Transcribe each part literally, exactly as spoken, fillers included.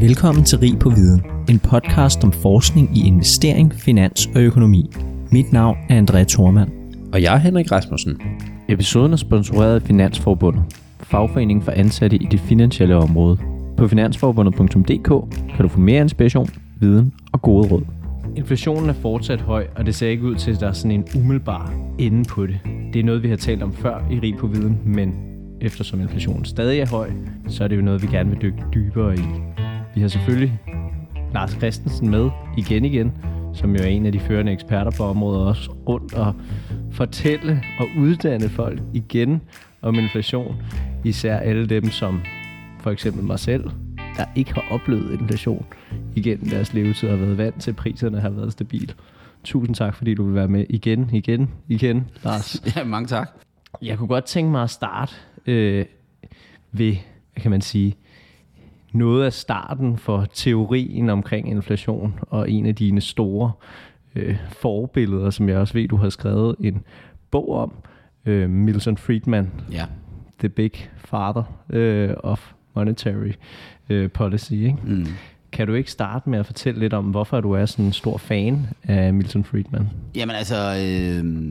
Velkommen til Rig på Viden, en podcast om forskning i investering, finans og økonomi. Mit navn er André Thormann. Og jeg er Henrik Rasmussen. Episoden er sponsoreret af Finansforbundet, fagforeningen for ansatte i det finansielle område. På finansforbundet punktum d k kan du få mere inspiration, viden og gode råd. Inflationen er fortsat høj, og det ser ikke ud til, at der er sådan en umiddelbar ende på det. Det er noget, vi har talt om før i Rig på Viden, men eftersom inflationen stadig er høj, så er det jo noget, vi gerne vil dykke dybere i. Vi har selvfølgelig Lars Christensen med igen igen, som jo er en af de førende eksperter på området, også rundt og fortælle og uddanne folk igen om inflation. Især alle dem, som for eksempel mig selv, der ikke har oplevet inflation igennem deres levetid og har været vant til, at priserne har været stabile. Tusind tak, fordi du vil være med igen, igen, igen, Lars. Ja, mange tak. Jeg kunne godt tænke mig at starte øh, ved, hvad kan man sige, noget af starten for teorien omkring inflation, og en af dine store øh, forbilleder, som jeg også ved, du har skrevet en bog om, øh, Milton Friedman, ja. The Big Father øh, of Monetary øh, Policy. Ikke? Mm. Kan du ikke starte med at fortælle lidt om, hvorfor du er sådan en stor fan af Milton Friedman? Jamen altså, øh,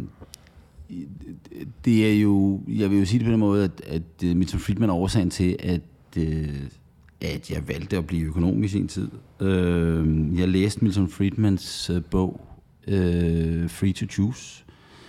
det er jo, jeg vil jo sige det på den måde, at, at Milton Friedman er årsagen til, at øh, at jeg valgte at blive økonom i sin tid. Øh, jeg læste Milton Friedmans øh, bog, øh, Free to Choose,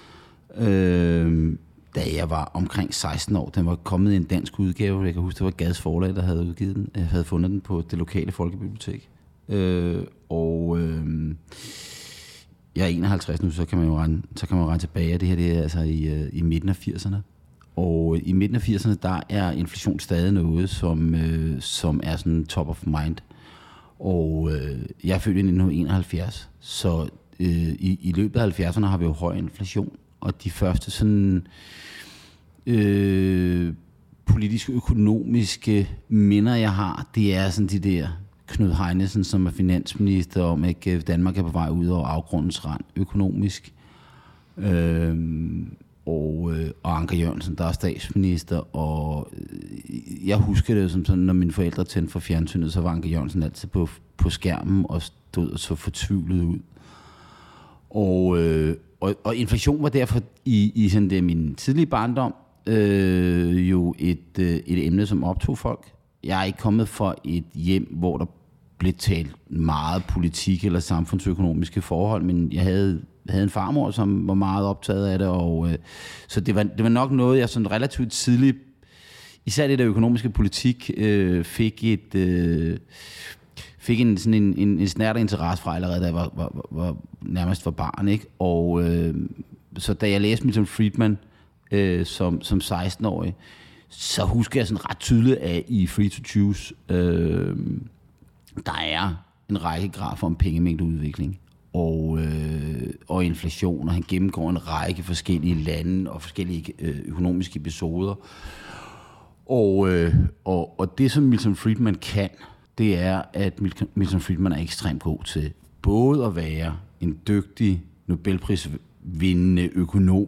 øh, da jeg var omkring seksten år. Den var kommet i en dansk udgave. Jeg kan huske, det var Gads Forlag, der havde udgivet den. Jeg havde fundet den på det lokale folkebibliotek. Øh, og øh, jeg er enoghalvtreds nu, så kan man jo regne, så kan man regne tilbage. Det her det er altså i, i midten af firserne. Og i midten af firserne, der er inflation stadig noget, som, øh, som er sådan top of mind. Og øh, jeg er født i nitten enoghalvfjerds, så øh, i, i løbet af halvfjerdserne har vi jo høj inflation. Og de første sådan øh, politiske, økonomiske minder, jeg har, det er sådan de der Knud Heinesen, som er finansminister, om ikke Danmark er på vej ud over afgrundens rand økonomisk. Øh, Og, øh, og Anker Jørgensen, der er statsminister, og øh, jeg husker det som sådan, når mine forældre tændte for fjernsynet, så var Anker Jørgensen altid på, på skærmen og stod og så fortvivlet ud. Og, øh, og, og inflation var derfor i, i sådan det, min tidlige barndom øh, jo et, øh, et emne, som optog folk. Jeg er ikke kommet fra et hjem, hvor der blev talt meget politik eller samfundsøkonomiske forhold, men jeg havde havde en farmor, som var meget optaget af det, og øh, så det var, det var nok noget, jeg sådan relativt tidligt, især det der økonomiske politik, øh, fik et øh, fik en sådan en, en, en snærte interesse fra allerede, da jeg var, var, var nærmest var barn, ikke? Og øh, så da jeg læste Milton Friedman øh, som, som seksten-årig, så husker jeg sådan ret tydeligt, at i Free to Choose, øh, der er en række grafer om pengemængdeudvikling. Og, øh, og inflation, og han gennemgår en række forskellige lande og forskellige øh, økonomiske episoder. Og, øh, og, og det, som Milton Friedman kan, det er, at Milton Friedman er ekstremt god til både at være en dygtig, Nobelprisvindende økonom,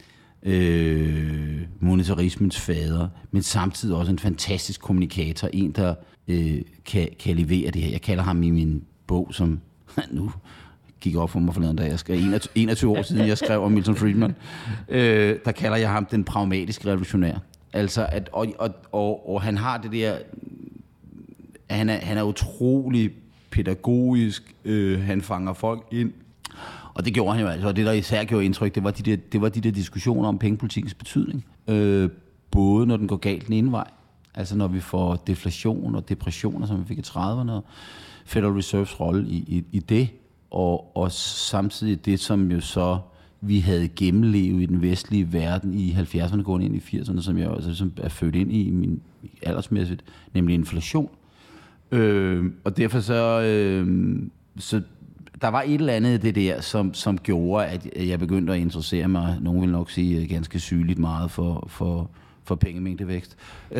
øh, monetarismens fader, men samtidig også en fantastisk kommunikator, en, der øh, kan, kan levere det her. Jeg kalder ham i min bog, som nu gik op for mig forleden dag. Jeg skrev enogtyve år siden, jeg skrev om Milton Friedman. Øh, der kalder jeg ham den pragmatiske revolutionær. Altså, at, og, og, og, og han har det der, han er, han er utrolig pædagogisk, øh, han fanger folk ind. Og det gjorde han jo altså, og det der især gjorde indtryk, det var de der, det var de der diskussioner om pengepolitikens betydning. Øh, både når den går galt den ene vej, altså når vi får deflation og depressioner, som vi fik i trediverne, og Federal Reserves rolle i, i, i det, Og, og samtidig det, som jo så vi havde gennemlevet i den vestlige verden i halvfjerdserne, gående ind i firserne, som jeg også som er født ind i min aldersmæssigt, nemlig inflation. Øh, og derfor så, øh, så der var et eller andet i det der, som, som gjorde, at jeg begyndte at interessere mig, nogen vil nok sige ganske sygeligt meget for, for, for pengemængdevækst.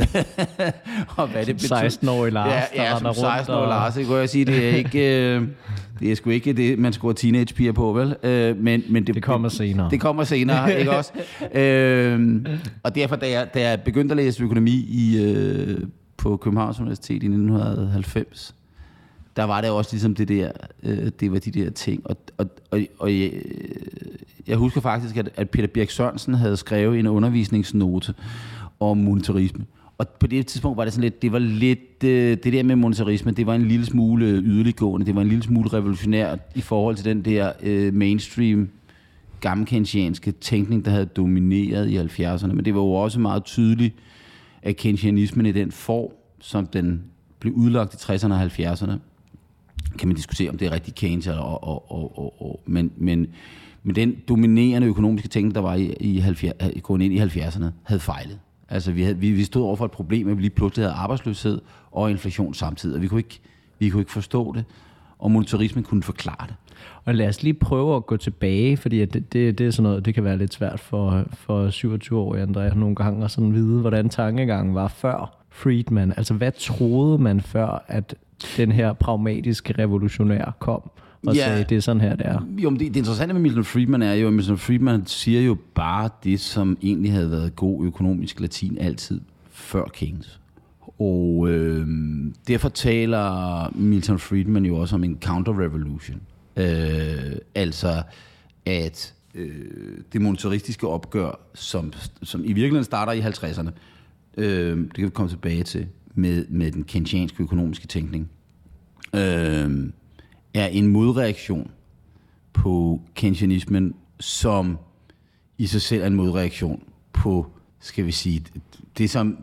Og hvad det betyder. seksten-årig Lars, ja, ja, som seksten-årig Lars, det kunne jeg sige, det er ikke, øh, det er sgu ikke det, man scorer teenagepiger på, vel? Øh, men, men det, det kommer senere. Det, det kommer senere, ikke også? Øh, og derfor, da jeg, da jeg begyndte at læse økonomi i, øh, på Københavns Universitet i nitten halvfems, der var det også ligesom det der, øh, det var de der ting. Og, og, og, og jeg, jeg husker faktisk, at, at Peter Birch Sørensen havde skrevet en undervisningsnote om monetarisme. Og på det tidspunkt var det sådan lidt, det var lidt, øh, det der med monetarisme, det var en lille smule yderliggående, det var en lille smule revolutionært i forhold til den der øh, mainstream, gammelkeynesianske tænkning, der havde domineret i halvfjerdserne. Men det var jo også meget tydeligt, at keynesianismen i den form, som den blev udlagt i tresserne og halvfjerdserne, kan man diskutere, om det er rigtig Keynes, og, og, og, og, og, men, men, men den dominerende økonomiske tænkning, der var i, i halvfjerdserne, gået ind i halvfjerdserne, havde fejlet. Altså, vi, havde, vi, vi stod over for et problem, at vi lige pludselig havde arbejdsløshed og inflation samtidig, og vi kunne ikke, vi kunne ikke forstå det, og monetarismen kunne forklare det. Og lad os lige prøve at gå tilbage, fordi det, det, det er sådan noget, det kan være lidt svært for, for syvogtyve-årige André nogle gange at sådan vide, hvordan tankegangen var før Friedman. Altså, hvad troede man før, at den her pragmatiske revolutionær kom og ja, sagde, det er sådan her, det er? Jo, men det, det interessante med Milton Friedman er jo, at Milton Friedman siger jo bare det, som egentlig havde været god økonomisk latin altid før Keynes. Og øh, derfor taler Milton Friedman jo også om en counter-revolution. Øh, altså, at øh, det monetaristiske opgør, som, som i virkeligheden starter i halvtredserne, øh, det kan vi komme tilbage til, med, med den keynesianske økonomiske tænkning, øh, er en modreaktion på keynesianismen, som i sig selv er en modreaktion på, skal vi sige, det som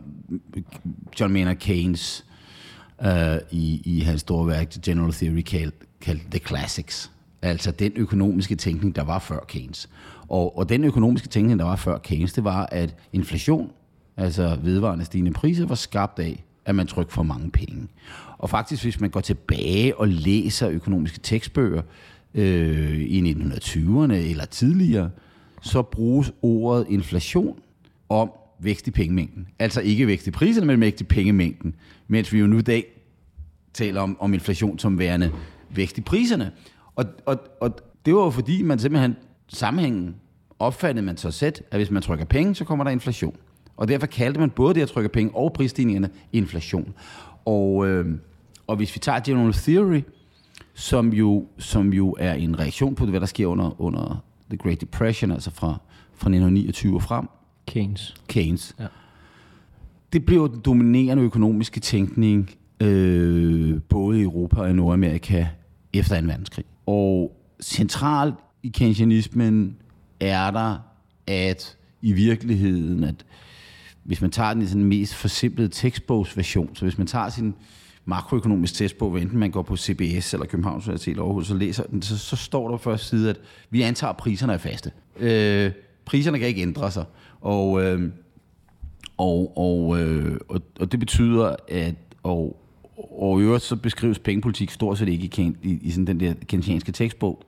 John Maynard Keynes øh, i, i hans store værk, The General Theory, kaldt kaldt The Classics. Altså den økonomiske tænkning, der var før Keynes. Og, og den økonomiske tænkning, der var før Keynes, det var, at inflation, altså vedvarende stigende priser, var skabt af, at man trykte for mange penge. Og faktisk, hvis man går tilbage og læser økonomiske tekstbøger øh, i nitten tyverne eller tidligere, så bruges ordet inflation om vækst i pengemængden. Altså ikke vækst i priserne, men vækst i pengemængden. Mens vi jo nu i dag taler om, om inflation som værende vækst i priserne. Og, og, og det var jo fordi, man simpelthen sammenhængen opfattede man så set, at hvis man trykker penge, så kommer der inflation. Og derfor kaldte man både det at trykke penge og prisstigningerne inflation. Og, øh, og hvis vi tager General Theory, som jo, som jo er en reaktion på det, hvad der sker under, under The Great Depression, altså fra, fra nitten niogtyve og frem. Keynes. Keynes. Ja. Det blev den dominerende økonomiske tænkning, øh, både i Europa og i Nordamerika, efter anden verdenskrig. Og centralt i keynesianismen er der, at i virkeligheden, at hvis man tager den i sådan den mest forsimplede tekstbogsversion, så hvis man tager sin makroøkonomisk tekstbog, enten man går på C B S eller Københavns Universitet eller Aarhus, så læser den, så, så står der på første side, at vi antager, at priserne er faste. Øh, priserne kan ikke ændre sig. Og, øh, og, og, øh, og, og det betyder, at og, og i øvrigt så beskrives pengepolitik stort set ikke i, i, i sådan den der keynesianske tekstbog.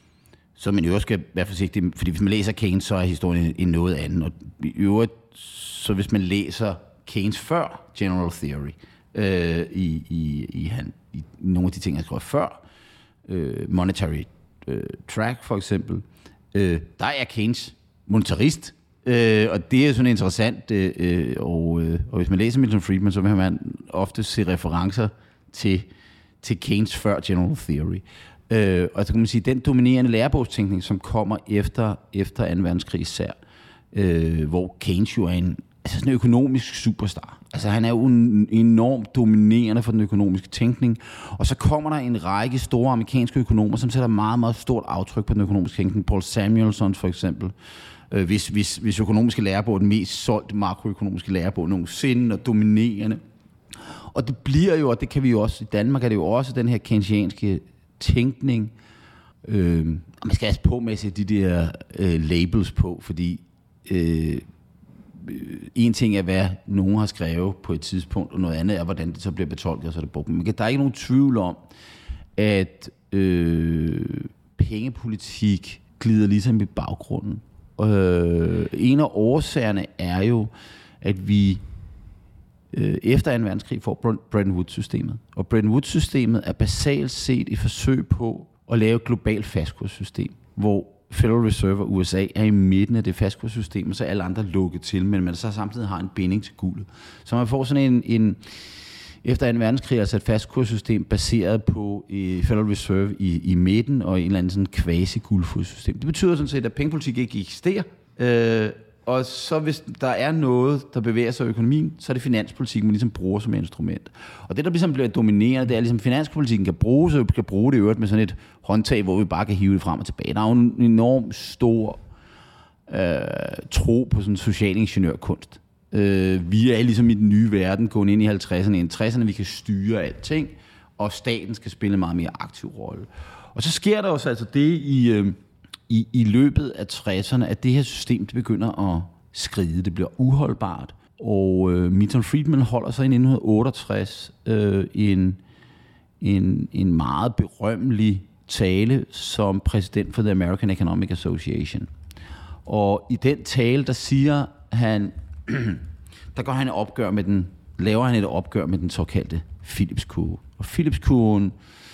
Så man i øvrigt skal være forsigtig, fordi hvis man læser Keynes, så er historien en noget anden. Og i øvrigt, så hvis man læser Keynes før General Theory, øh, i, i, i, han, i nogle af de ting, han skrev før, øh, Monetary øh, Tract for eksempel, øh, der er Keynes monetarist. Øh, og det er sådan interessant, øh, og, øh, og hvis man læser Milton Friedman, så vil man ofte se referencer til, til Keynes før General Theory. Øh, og så kan man sige, den dominerende lærebogstænkning, som kommer efter, efter anden verdenskrig især, øh, hvor Keynes jo er en, altså sådan en økonomisk superstar. Altså han er jo en, enormt dominerende for den økonomiske tænkning, og så kommer der en række store amerikanske økonomer, som sætter meget, meget stort aftryk på den økonomiske tænkning. Paul Samuelson for eksempel, øh, hvis, hvis, hvis økonomiske lærebog er den mest solgte makroøkonomiske lærebog nogensinde, og dominerende. Og det bliver jo, og det kan vi jo også, i Danmark er det jo også den her keynesianske tænkning. Øh, og man skal altså på med at sætte de der øh, labels på, fordi øh, en ting er, hvad nogen har skrevet på et tidspunkt, og noget andet er, hvordan det så bliver betolket, og så er det brugt. Men der er ikke nogen tvivl om, at øh, pengepolitik glider ligesom i baggrunden. Øh, en af årsagerne er jo, at vi øh, efter anden verdenskrig får Bretton Woods-systemet. Og Bretton Woods-systemet er basalt set et forsøg på at lave et globalt fastkurssystem, hvor Federal Reserve og U S A er i midten af det fastkurssystem, og så er alle andre lukket til, men man så samtidig har en binding til guldet. Så man får sådan en, en, efter anden verdenskrig, altså et fastkurssystem baseret på øh, Federal Reserve i, i midten og en eller anden sådan quasi-guldfodssystem. Det betyder sådan set, at pengepolitik ikke eksisterer, øh, og så hvis der er noget, der bevæger sig i økonomien, så er det finanspolitik, man ligesom bruger som instrument. Og det, der ligesom bliver domineret, det er ligesom, finanspolitikken kan bruge, så vi kan bruge det i øvrigt med sådan et håndtag, hvor vi bare kan hive det frem og tilbage. Der er jo en enorm stor øh, tro på sådan social ingeniørkunst. Øh, vi er ligesom i den nye verden, gået ind i halvtredserne, i tresserne, vi kan styre alting, og staten skal spille en meget mere aktiv rolle. Og så sker der også altså det i... Øh, I, i løbet af tresserne, at det her system det begynder at skride. Det bliver uholdbart. Og øh, Milton Friedman holder sig i nitten otteogtres øh, en, en, en meget berømmelig tale som præsident for The American Economic Association. Og i den tale, der siger han, der går han et opgør med den, laver han et opgør med den såkaldte Phillips-kurve. Og Phillips-kurven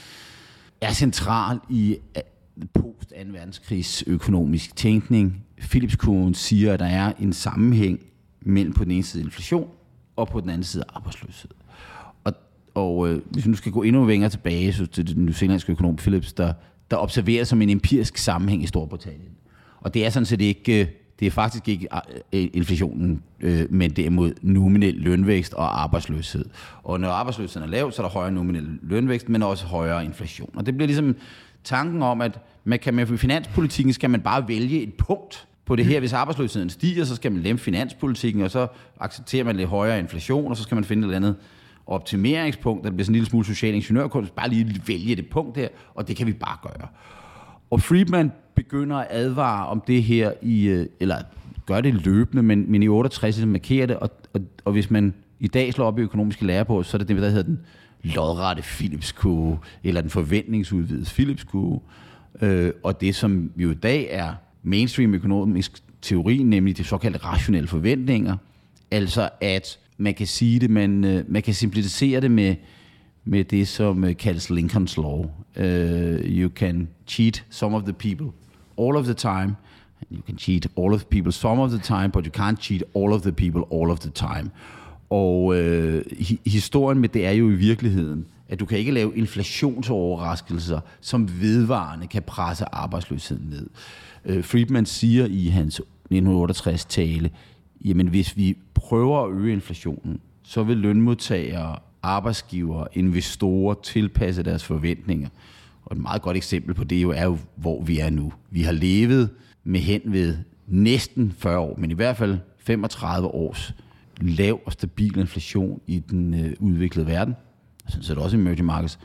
er central i post anden verdenskrigs økonomisk tænkning. Phillips-kurven siger, at der er en sammenhæng mellem på den ene side inflation og på den anden side arbejdsløshed. Og, og øh, hvis vi nu skal gå endnu længere tilbage, så til den newzealandske økonom Phillips, der, der observerer som en empirisk sammenhæng i Storbritannien. Og det er sådan set ikke, det er faktisk ikke inflationen, øh, men derimod nominel lønvækst og arbejdsløshed. Og når arbejdsløsheden er lav, så er der højere nominel lønvækst, men også højere inflation. Og det bliver ligesom tanken om, at man kan med finanspolitikken skal man bare vælge et punkt på det her. Hvis arbejdsløsheden stiger, så skal man lempe finanspolitikken, og så accepterer man lidt højere inflation, og så skal man finde et eller andet optimeringspunkt, der bliver sådan en lille smule social ingeniørkunst, bare lige vælge det punkt her, og det kan vi bare gøre. Og Friedman begynder at advare om det her i, eller gør det løbende, men, men i otteogtres markerer det, og, og, og hvis man i dag slår op i økonomiske lærebog, så er det det, der hedder den lodrette Phillips-kurve, eller den forventningsudvidede Phillips-kurve. Øh, og det, som jo i dag er mainstream økonomisk teori, nemlig de såkaldte rationelle forventninger, altså at man kan sige det, man, man kan simplificere det med, med det, som kaldes Lincoln's Law. Uh, you can cheat some of the people all of the time, you can cheat all of the people some of the time, but you can't cheat all of the people all of the time. Og øh, hi- historien med det er jo i virkeligheden, at du kan ikke lave inflationsoverraskelser, som vedvarende kan presse arbejdsløsheden ned. Øh, Friedman siger i hans nitten otteogtres tale, jamen hvis vi prøver at øge inflationen, så vil lønmodtagere, arbejdsgivere, investorer tilpasse deres forventninger. Og et meget godt eksempel på det jo er jo, hvor vi er nu. Vi har levet med hen ved næsten fyrre år, men i hvert fald femogtredive års lav og stabil inflation i den øh, udviklede verden, sådan set også i emerging markets,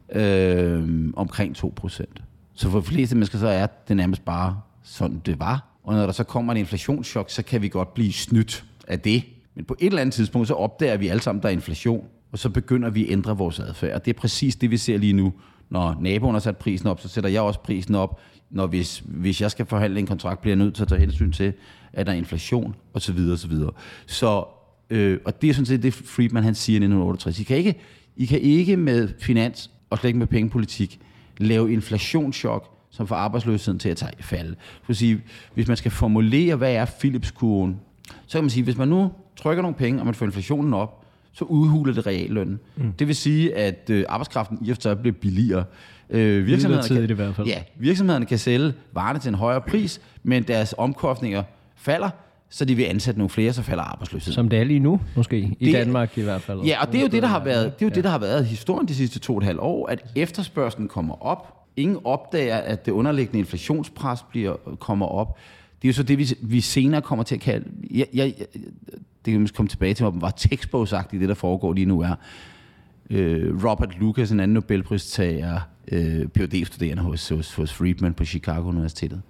øh, omkring to procent. Så for de fleste mennesker, så er det nærmest bare sådan, det var. Og når der så kommer en inflationschok, så kan vi godt blive snydt af det. Men på et eller andet tidspunkt, så opdager vi alle sammen, der er inflation, og så begynder vi at ændre vores adfærd. Og det er præcis det, vi ser lige nu. Når naboen har sat prisen op, så sætter jeg også prisen op. Når hvis, hvis jeg skal forhandle en kontrakt, bliver jeg nødt til at tage hensyn til, at der er inflation, osv. osv. Så Øh, og det er sådan set det, Friedman han siger i nitten otteogtres. I kan ikke, I kan ikke med finans og slet ikke med pengepolitik lave inflationschok, som får arbejdsløsheden til at tage falde. Så sige, hvis man skal formulere, hvad er Phillips-kurven, så kan man sige, hvis man nu trykker nogle penge, og man får inflationen op, så udhuler det reallønnen. Mm. Det vil sige, at øh, arbejdskraften i og for sig bliver billigere. Øh, virksomhederne, kan, i hvert fald. Ja, virksomhederne kan sælge varerne til en højere pris, men deres omkostninger falder, så de vil ansætte nogle flere, så falder arbejdsløsheden. Som det er lige nu, måske. I det, Danmark i hvert fald. Ja, og det er jo det, der har været, det er jo ja. det, der har været historien de sidste to og et halvt år, at efterspørgselen kommer op. Ingen opdager, at det underliggende inflationspres bliver, kommer op. Det er jo så det, vi, vi senere kommer til at kalde... Jeg, jeg, det kan vi komme tilbage til, hvor textbogsagtigt det, der foregår lige nu er. Øh, Robert Lucas, en anden Nobelpristager, øh, P H D-studerende hos, hos, hos Friedman på Chicago Universitetet,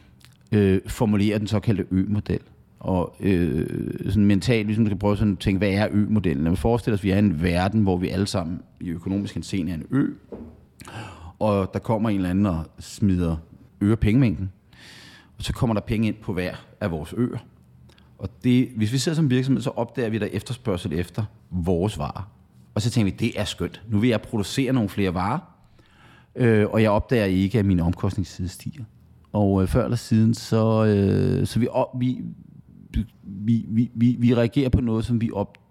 øh, formulerer den såkaldte Ø-model. Og øh, sådan mentalt, hvis man skal prøve sådan at tænke, hvad er Ø-modellen? Når vi forestiller os, at vi er i en verden, hvor vi alle sammen i økonomisk henseende er en ø, og der kommer en eller anden og smider øger pengemængden, og så kommer der penge ind på hver af vores øer. Og det, hvis vi sidder som virksomhed, så opdager vi der efterspørgsel efter vores varer. Og så tænker vi, det er skønt. Nu vil jeg producere nogle flere varer, øh, og jeg opdager ikke, at min omkostningsside stiger. Og øh, før eller siden, så, øh, så vi, op, vi, vi, vi, vi, vi reagerer på noget, som vi op,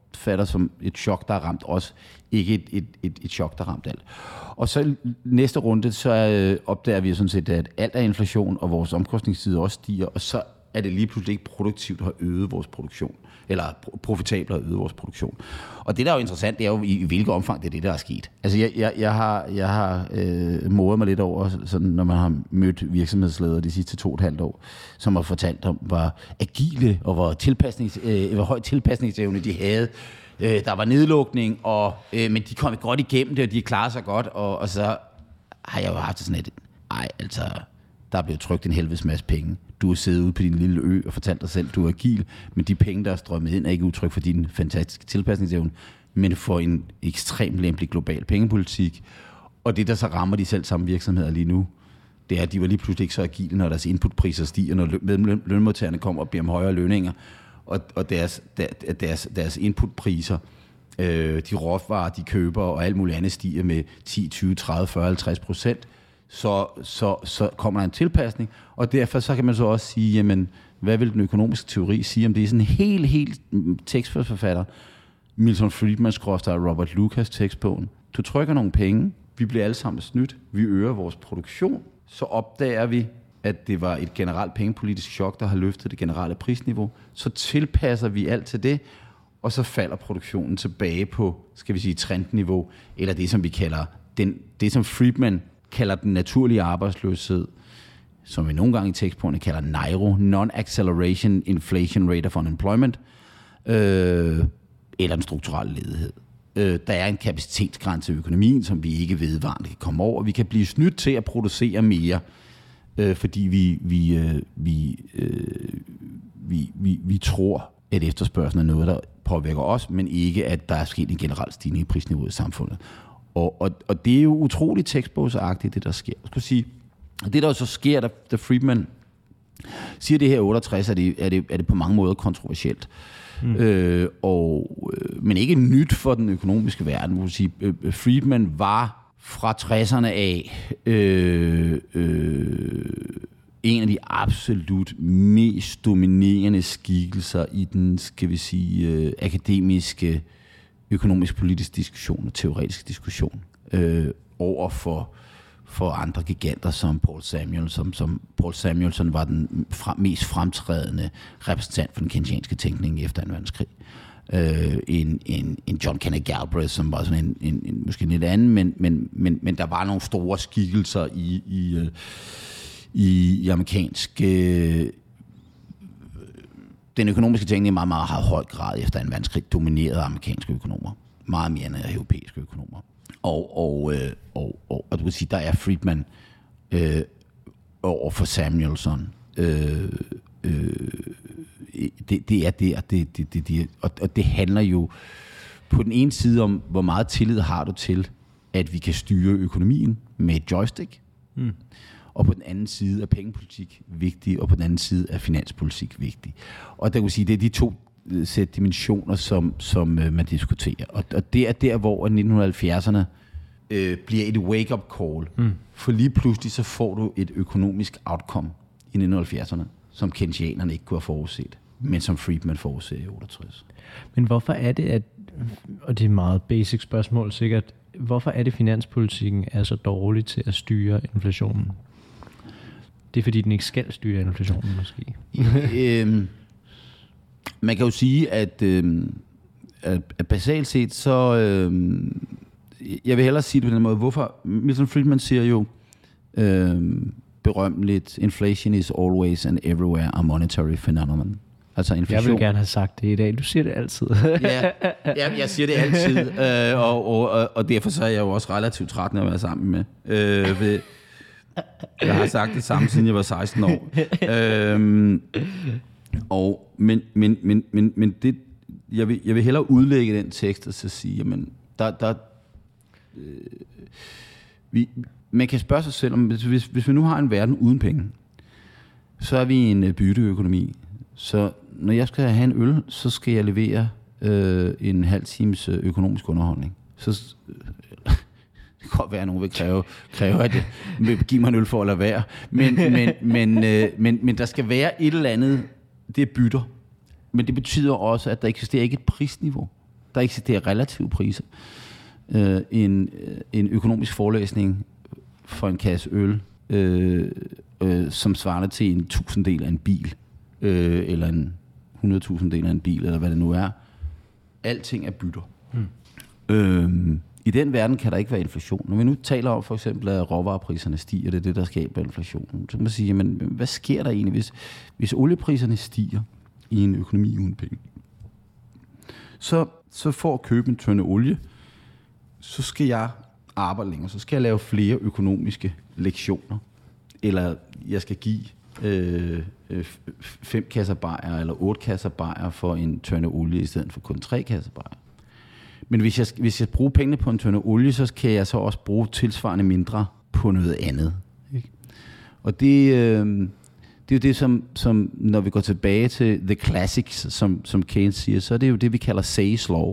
opfatter som et chok, der har ramt os. Ikke et, et, et, et chok, der har ramt alt. Og så næste runde, så øh, opdager vi sådan set, at alt er inflation, og vores omkostningstid også stiger, og så er det lige pludselig ikke produktivt at have øget vores produktion, eller profitabelt at have øget vores produktion. Og det, der er jo interessant, det er jo, i, i hvilket omfang det er det, der er sket. Altså, jeg, jeg, jeg har, jeg har øh, moret mig lidt over, sådan, når man har mødt virksomhedsledere de sidste to og et halvt år, som har fortalt om, hvor agile og hvor, tilpasnings, øh, hvor høj tilpasningsevne de havde. Øh, der var nedlukning, og, øh, men de kom godt igennem det, og de klarede sig godt, og, og så har jeg jo haft sådan et, ej, altså, der er blevet trykt en helvedes masse penge. Du har siddet ude på din lille ø og fortalt dig selv, at du er agil, men de penge, der er strømmet ind, er ikke udtryk for din fantastiske tilpasningsevne, men for en ekstremt lempelig global pengepolitik. Og det, der så rammer de selv samme virksomheder lige nu, det er, at de var lige pludselig ikke så agile, når deres inputpriser stiger, når løn- lønmodtagerne kommer og beder om højere lønninger, og, og deres, der, deres, deres inputpriser, øh, de råvarer, de køber og alt muligt andet stiger med ti, tyve, tredive, fyrre, halvtreds procent, så, så, så kommer der en tilpasning, og derfor så kan man så også sige, jamen, hvad vil den økonomiske teori sige om det? Er sådan en helt, helt tekstforfatter, Milton Friedman skråstreg Robert Lucas tekstbogen. Du trykker nogle penge, vi bliver alle sammen snydt, vi øger vores produktion, så opdager vi, at det var et generelt pengepolitisk chok, der har løftet det generelle prisniveau, så tilpasser vi alt til det, og så falder produktionen tilbage på, skal vi sige, trendniveau, eller det, som vi kalder, den, det som Friedman kalder den naturlige arbejdsløshed, som vi nogle gange i tekstpunkterne kalder N I R O, Non-Acceleration Inflation Rate of Unemployment, øh, eller den strukturelle ledighed. Øh, der er en kapacitetsgrænse i økonomien, som vi ikke vedvarende kan komme over. Vi kan blive snydt til at producere mere, øh, fordi vi, vi, øh, vi, øh, vi, vi, vi tror, at efterspørgselen er noget, der påvirker os, men ikke, at der er sket en generel stigning i prisniveauet i samfundet. Og, og, og det er jo utroligt tekstbogsagtigt, det der sker. Jeg skulle sige, det der så sker, da, da Friedman siger det her i otteogtres, er det, er det, er det på mange måder kontroversielt. Mm. Øh, og, øh, men ikke nyt for den økonomiske verden. Jeg vil sige, øh, Friedman var fra tresserne af øh, øh, en af de absolut mest dominerende skikkelser i den, skal vi sige, øh, akademiske økonomisk-politisk diskussion og teoretisk diskussion øh, over for, for andre giganter som Paul Samuelson, som Paul Samuelson var den fra, mest fremtrædende repræsentant for den keynesianske tænkning efter anden verdenskrig. Øh, en, en, en John Kenneth Galbraith, som var sådan en, en, en måske lidt anden, men, men, men, men der var nogle store skikkelser i, i, i, i amerikansk øh, den økonomiske tænkning i meget, meget høj grad efter anden verdenskrig dominerede amerikanske økonomer. Meget mere end europæiske økonomer. Og, og, øh, og, og, og du kan sige, der er Friedman øh, over for Samuelson. Øh, øh, det, det er det, det, det, det, det og, og det handler jo på den ene side om, hvor meget tillid har du til, at vi kan styre økonomien med et joystick. Mm. Og på den anden side er pengepolitik vigtig, og på den anden side er finanspolitik vigtig. Og der kan sige, det er de to sæt dimensioner, som, som øh, man diskuterer. Og, og det er der, hvor nitten halvfjerdserne øh, bliver et wake-up call. Mm. For lige pludselig så får du et økonomisk outcome i nitten halvfjerdserne, som keynesianerne ikke kunne have forudset, men som Friedman forudser i otteogtres. Men hvorfor er det, at, og det er et meget basic spørgsmål sikkert, hvorfor er det, finanspolitikken er så dårlig til at styre inflationen? Det er, fordi den ikke skal styre inflationen, måske. øhm, man kan jo sige, at, øhm, at, at basalt set, så... Øhm, jeg vil hellere sige det på den måde. Hvorfor? Milton Friedman siger jo øhm, berømmeligt, inflation is always and everywhere a monetary phenomenon. Altså inflation. Jeg vil gerne have sagt det i dag. Du siger det altid. ja, ja, jeg siger det altid. Øh, og, og, og, og derfor så er jeg jo også relativt træt, når jeg er sammen med. Øh, ved, Jeg har sagt det samme, siden jeg var seksten år. øhm, og, men men, men, men, men det, jeg, vil, jeg vil hellere udlægge den tekst og så sige, jamen, der, der, øh, vi, man kan spørge sig selv, om hvis, hvis vi nu har en verden uden penge, så er vi i en bytteøkonomi. Så når jeg skal have en øl, så skal jeg levere øh, en halv times økonomisk underholdning. Så... Øh, det kan godt være, at nogen vil kræve, kræve at vil give mig en øl for at lade være. Men, men, men, øh, men, men der skal være et eller andet, det er bytter. Men det betyder også, at der eksisterer ikke et prisniveau. der eksisterer relative priser. Øh, en, en økonomisk forelæsning for en kasse øl, øh, øh, som svarer til en tusindel af en bil, øh, eller en hundredtusindel af en bil, eller hvad det nu er. Alting er bytter. Mm. Øh, I den verden kan der ikke være inflation. Når vi nu taler om for eksempel, at råvarepriserne stiger, det er det, der skaber inflationen, så kan man sige, jamen, hvad sker der egentlig, hvis, hvis oliepriserne stiger i en økonomi uden penge? Så, så for at købe en tønde olie, så skal jeg arbejde længere, så skal jeg lave flere økonomiske lektioner, eller jeg skal give øh, øh, fem kasser bajer, eller otte kasser bajer for en tønde olie, i stedet for kun tre kasser bajer. Men hvis jeg, hvis jeg bruger pengene på en tønde olie, så kan jeg så også bruge tilsvarende mindre på noget andet. Ikke? Og det, øh, det er jo det, som, som når vi går tilbage til the classics, som, som Keynes siger, så er det jo det, vi kalder Say's Law.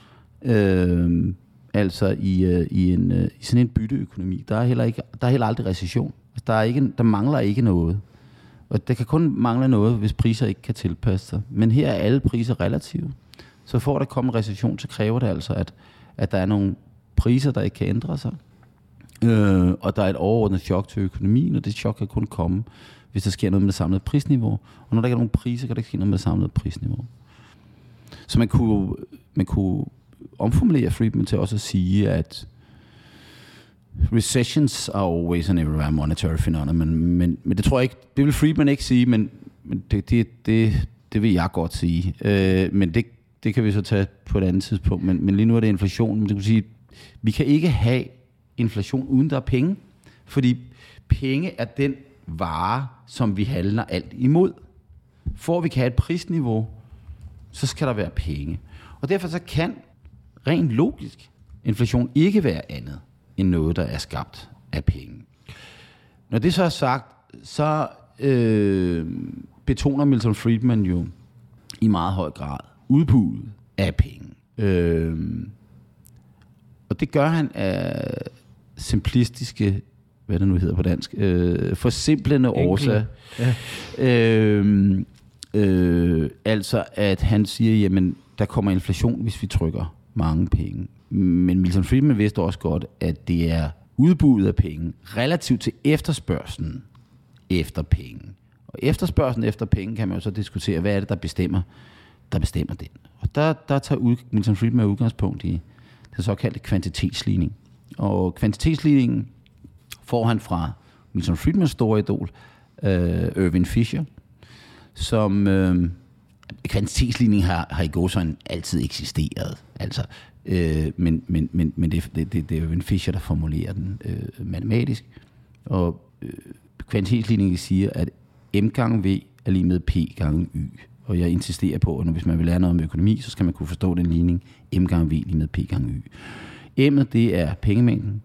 Øh, altså i, øh, i, en, øh, i sådan en bytteøkonomi, der er heller, ikke, der er heller aldrig recession. Der, er ikke, der mangler ikke noget. Og der kan kun mangle noget, hvis priser ikke kan tilpasse sig. Men her er alle priser relative. Så for at der kommer en recession, så kræver det altså, at, at der er nogle priser, der ikke kan ændre sig. Øh, og der er et overordnet chok til økonomien, og det chok kan kun komme, hvis der sker noget med det samlede prisniveau. Og når der ikke er nogen priser, kan der ikke ske noget med det samlede prisniveau. Så man kunne, man kunne omformulere Friedman til også at sige, at recessions are always an everywhere monetary phenomenon, men, men, men det tror jeg ikke, det vil Friedman ikke sige, men, men det, det, det, det vil jeg godt sige. Øh, men det, det kan vi så tage på et andet tidspunkt, men, men lige nu er det inflation. Men det vil sige, vi kan ikke have inflation uden der er penge, fordi penge er den vare, som vi handler alt imod. For at vi kan have et prisniveau, så skal der være penge. Og derfor så kan rent logisk inflation ikke være andet end noget, der er skabt af penge. Når det så er sagt, så øh, betoner Milton Friedman jo i meget høj grad udbuddet af penge. Øh, og det gør han af simplistiske, hvad det nu hedder på dansk, øh, forsimplende årsager. Ja. Øh, øh, altså at han siger, jamen der kommer inflation, hvis vi trykker mange penge. Men Milton Friedman vidste også godt, at det er udbuddet af penge relativt til efterspørgselen efter penge. Og efterspørgselen efter penge kan man jo så diskutere, hvad er det, der bestemmer, der bestemmer den. Og der, der tager ud, Milton Friedman udgangspunkt i den såkaldte kvantitetsligning. Og kvantitetsligningen får han fra Milton Friedmans store idol, uh, Irving Fisher, som øh, kvantitetsligning har, har i gåseøjne altid eksisteret. Altså, øh, men men, men, men det, det, det, det er Irving Fisher, der formulerer den øh, matematisk. Og øh, kvantitetsligningen siger, at m gange v er lige med p gange y. Og jeg insisterer på, at hvis man vil lære noget om økonomi, så skal man kunne forstå den ligning m gange v lige med p gange y. M'et, det er pengemængden.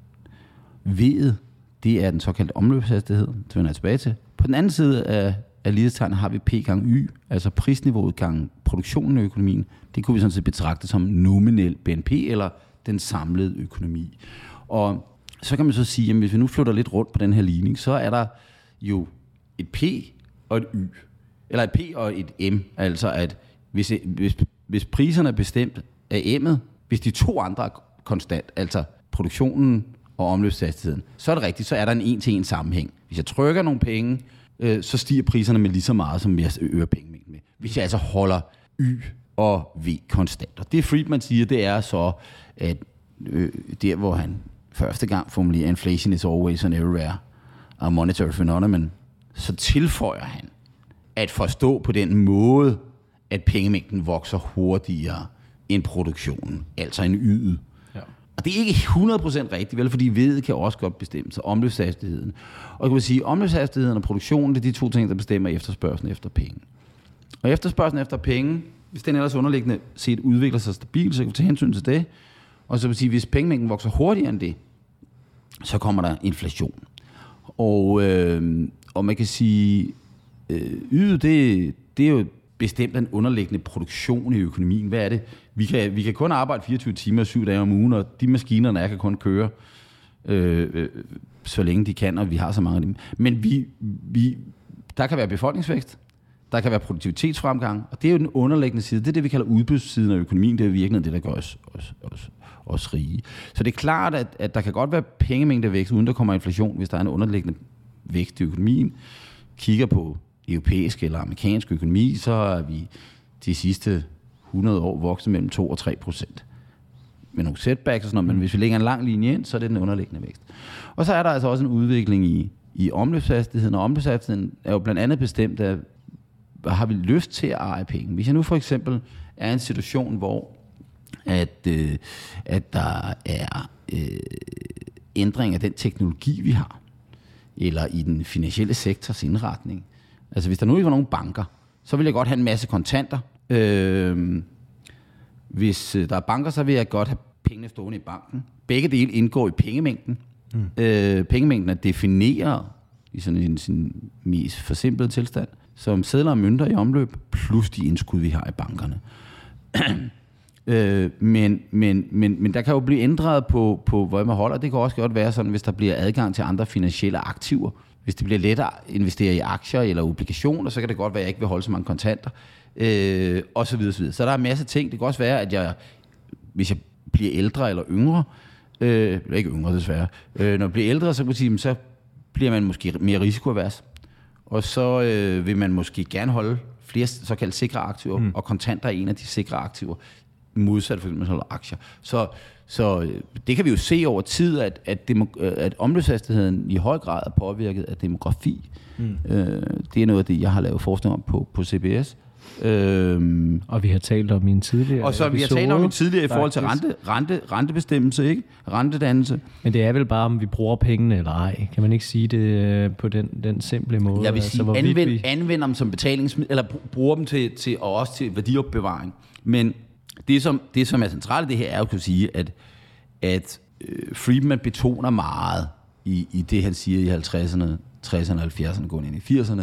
V'et, det er den såkaldte omløbshastighed, det vender jeg tilbage til. På den anden side af, af lighedstegnet har vi p gange y, altså prisniveauet gange produktionen i økonomien. Det kunne vi sådan set betragte som nominel B N P, eller den samlede økonomi. Og så kan man så sige, at hvis vi nu flytter lidt rundt på den her ligning, så er der jo et p og et y. Eller et p og et m, altså at hvis, hvis, hvis priserne er bestemt af m'et, hvis de to andre er konstant, altså produktionen og omløbshastigheden, så er det rigtigt, så er der en en-til-en sammenhæng. Hvis jeg trykker nogle penge, øh, så stiger priserne med lige så meget, som jeg øger pengemængden med. Hvis jeg altså holder y og v konstant. Og det Friedman siger, det er så, at øh, der hvor han første gang formulerer, inflation is always and everywhere a monetary phenomenon, så tilføjer han at forstå på den måde, at pengemængden vokser hurtigere end produktionen, altså en yde. Ja. Og det er ikke hundrede procent rigtigt, vel, fordi vedet kan også godt bestemme sig, omløbshastigheden. Og jeg kan sige, omløbshastigheden og produktionen, det er de to ting, der bestemmer efterspørgslen efter penge. Og efterspørgslen efter penge, hvis den ellers underliggende set udvikler sig stabilt, så kan vi tage hensyn til det. Og så vil sige, hvis pengemængden vokser hurtigere end det, så kommer der inflation. Og, øh, og man kan sige, øh, yde, det, det er jo bestemt den underliggende produktion i økonomien. Hvad er det? Vi kan, vi kan kun arbejde fireogtyve timer, syv dage om ugen, og de maskiner, der kan kun køre, øh, øh, så længe de kan, og vi har så mange af dem. Men vi, vi, der kan være befolkningsvækst. der kan være produktivitetsfremgang, og det er jo den underliggende side. Det er det, vi kalder udbudssiden af økonomien. Det er virkelig det, der gør os, os, os, os rige. Så det er klart, at, at der kan godt være pengemængdevækst, uden der kommer inflation, hvis der er en underliggende vækst i økonomien. Kigger på europæisk eller amerikansk økonomi, så er vi de sidste hundrede år vokset mellem to og tre procent. Med nogle setbacks og sådan noget, men hvis vi lægger en lang linje ind, så er det den underliggende vækst. Og så er der altså også en udvikling i, i omløbshastigheden, og omløbshastigheden er jo blandt andet bestemt af, har vi lyst til at eje penge. Hvis jeg nu for eksempel er i en situation, hvor at, øh, at der er øh, ændring af den teknologi, vi har, eller i den finansielle sektors indretning. Altså hvis der nu ikke var nogen banker, så vil jeg godt have en masse kontanter. Øh, hvis der er banker, så vil jeg godt have pengene stående i banken. Begge dele indgår i pengemængden. Mm. Øh, pengemængden er defineret i sådan en sin mest forsimplede tilstand, som sedler og mønter i omløb, plus de indskud, vi har i bankerne. øh, men, men, men, men der kan jo blive ændret på, på, hvor man holder. Det kan også godt være sådan, hvis der bliver adgang til andre finansielle aktiver. Hvis det bliver lettere at investere i aktier eller obligationer, så kan det godt være, at jeg ikke vil holde så mange kontanter. Øh, og så videre, så videre. Så der er en masse ting. Det kan også være, at jeg, hvis jeg bliver ældre eller yngre, øh, eller ikke yngre desværre, øh, når jeg bliver ældre, så, kan sige, så bliver man måske mere risikoavers. Og så øh, vil man måske gerne holde flere såkaldt sikre aktiver, mm. og kontanter er en af de sikre aktiver, modsat for eksempel holder aktier. Så, så øh, det kan vi jo se over tid, at, at, demo- at omløbshastigheden i høj grad er påvirket af demografi. Mm. Øh, det er noget af det, jeg har lavet forskning om på, på C B S. Øhm, og vi har talt om i en tidligere Og så episode, vi har talt om i tidligere i forhold til rente, rente, rentebestemmelse, ikke? Rentedannelse. Men det er vel bare, om vi bruger pengene eller ej. Kan man ikke sige det på den, den simple måde? Jeg vil sige, altså, anvend, vi... anvend dem som betalingsmiddel, eller bruger dem til, til, og også til værdiopbevaring. Men det som, det, som er centralt i det her, er jo at sige, at, at øh, Friedman betoner meget i, i det, han siger i halvtredserne, tresserne, halvfjerdserne, gående ind i firserne,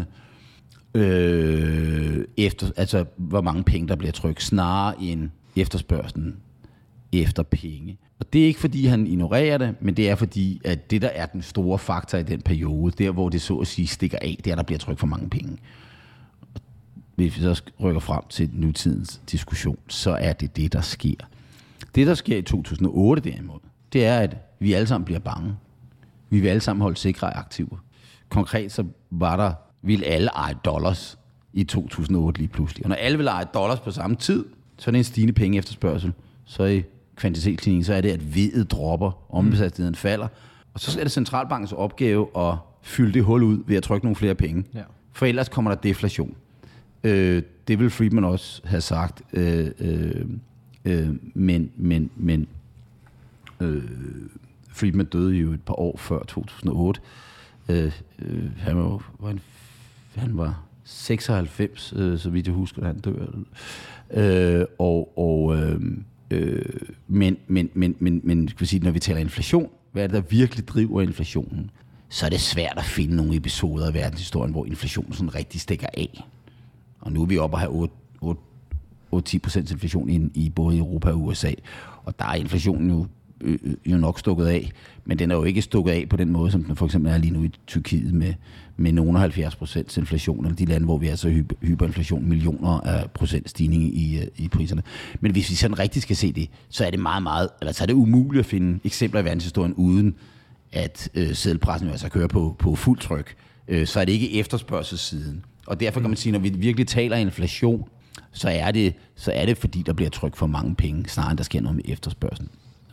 Øh, efter, altså hvor mange penge der bliver trykt, snarere end efterspørgslen efter penge. Og det er ikke fordi han ignorerer det, men det er fordi at det der er den store faktor i den periode, der hvor det så at sige stikker af, det er der bliver trykt for mange penge. Og hvis vi så rykker frem til nutidens diskussion, så er det det der sker. Det der sker i to tusind og otte derimod, det er at vi alle sammen bliver bange. Vi vil alle sammen holde sikre aktiver. Konkret så var der vil alle eje dollars i to tusind og otte lige pludselig. Og når alle vil eje dollars på samme tid, så er det en stigende penge efterspørgsel. Så i kvantitetsklinikken, så er det, at vedet dropper, omløbshastigheden falder. Og så er det centralbankens opgave at fylde det hul ud ved at trykke nogle flere penge. Ja. For ellers kommer der deflation. Øh, det vil Friedman også have sagt. Øh, øh, øh, men men, men øh, Friedman døde jo et par år før to tusind og otte. Øh, øh, han var, var en han var seksoghalvfems, øh, så vidt jeg husker, han dør. Øh, og, og, øh, øh, men, men, men, men, men skal vi sige, når vi taler inflation, hvad er det, der virkelig driver inflationen? Så er det svært at finde nogle episoder af verdenshistorien, hvor inflationen sådan rigtig stikker af. Og nu er vi oppe at have otte til ti procent inflation i, i både Europa og U S A. Og der er inflationen jo Øh, jo nok stukket af, men den er jo ikke stukket af på den måde, som den for eksempel er lige nu i Tyrkiet med, med nogle halvfjerds procent inflation, eller de lande, hvor vi er så hyper, hyperinflation, millioner af procent stigning i, i priserne. Men hvis vi sådan rigtig skal se det, så er det meget, meget, eller så er det umuligt at finde eksempler i verdenshistorien, uden at øh, seddelpressen jo altså kører på, på fuld tryk. Øh, så er det ikke efterspørgselssiden. Og derfor kan man sige, når vi virkelig taler inflation, så er det, så er det fordi, der bliver trykt for mange penge, snarere end der sker noget med efterspørgselen.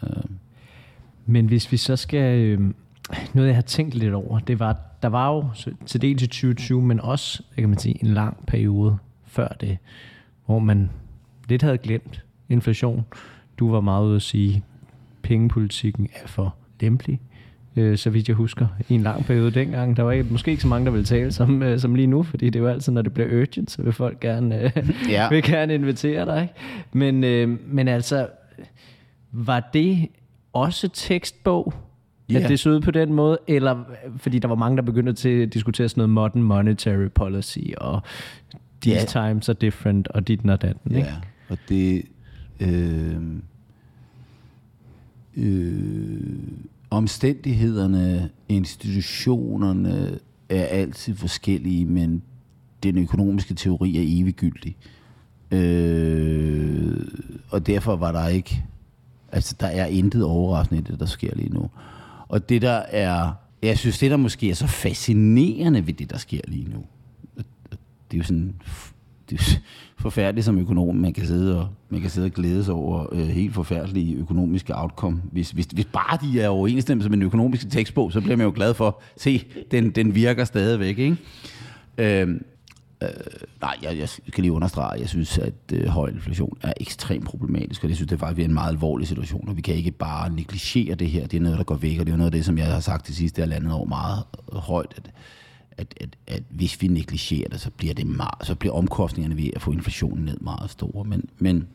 Men hvis vi så skal øh, noget jeg har tænkt lidt over, det var der var jo til dels i tyve tyve, men også kan man sige en lang periode før det, hvor man lidt havde glemt inflation. Du var meget ude at sige, pengepolitikken er for lempelig, øh, så vidt jeg husker, i en lang periode dengang. Der var ikke, måske ikke så mange, der ville tale som, øh, som lige nu, fordi det er jo altid, når det bliver urgent, så vil folk gerne, øh, ja. vil gerne invitere dig. Ikke? Men, øh, men altså, var det også tekstbog, yeah. at det så ud på den måde, eller fordi der var mange, der begyndte til at diskutere sådan noget modern monetary policy, og these yeah. times are different, og dit og datten, ja, ikke? Og det øh, øh, omstændighederne, institutionerne er altid forskellige, men den økonomiske teori er eviggyldig. Øh, og derfor var der ikke, altså der er intet overraskende i det, der sker lige nu. Og det der er, jeg synes det der måske er så fascinerende ved det, der sker lige nu, det er jo sådan, det er forfærdeligt som økonom, man kan sidde og, man kan sidde og glæde sig over øh, helt forfærdelige økonomiske outcome. Hvis, hvis, hvis bare de er overensstemmelse med den økonomiske tekstbog, så bliver man jo glad for, se, den, den virker stadigvæk, ikke? Øh, øh, nej, jeg, jeg skal lige understrege, jeg synes, at øh, høj inflation er ekstremt problematisk, og jeg synes, det er faktisk en meget alvorlig situation, og vi kan ikke bare negligere det her. Det er noget, der går væk, og det er noget af det, som jeg har sagt det sidste halvandet år meget højt, at At, at, at hvis vi negligerer det, så bliver, det meget, så bliver omkostningerne ved at få inflationen ned meget store. Men, men,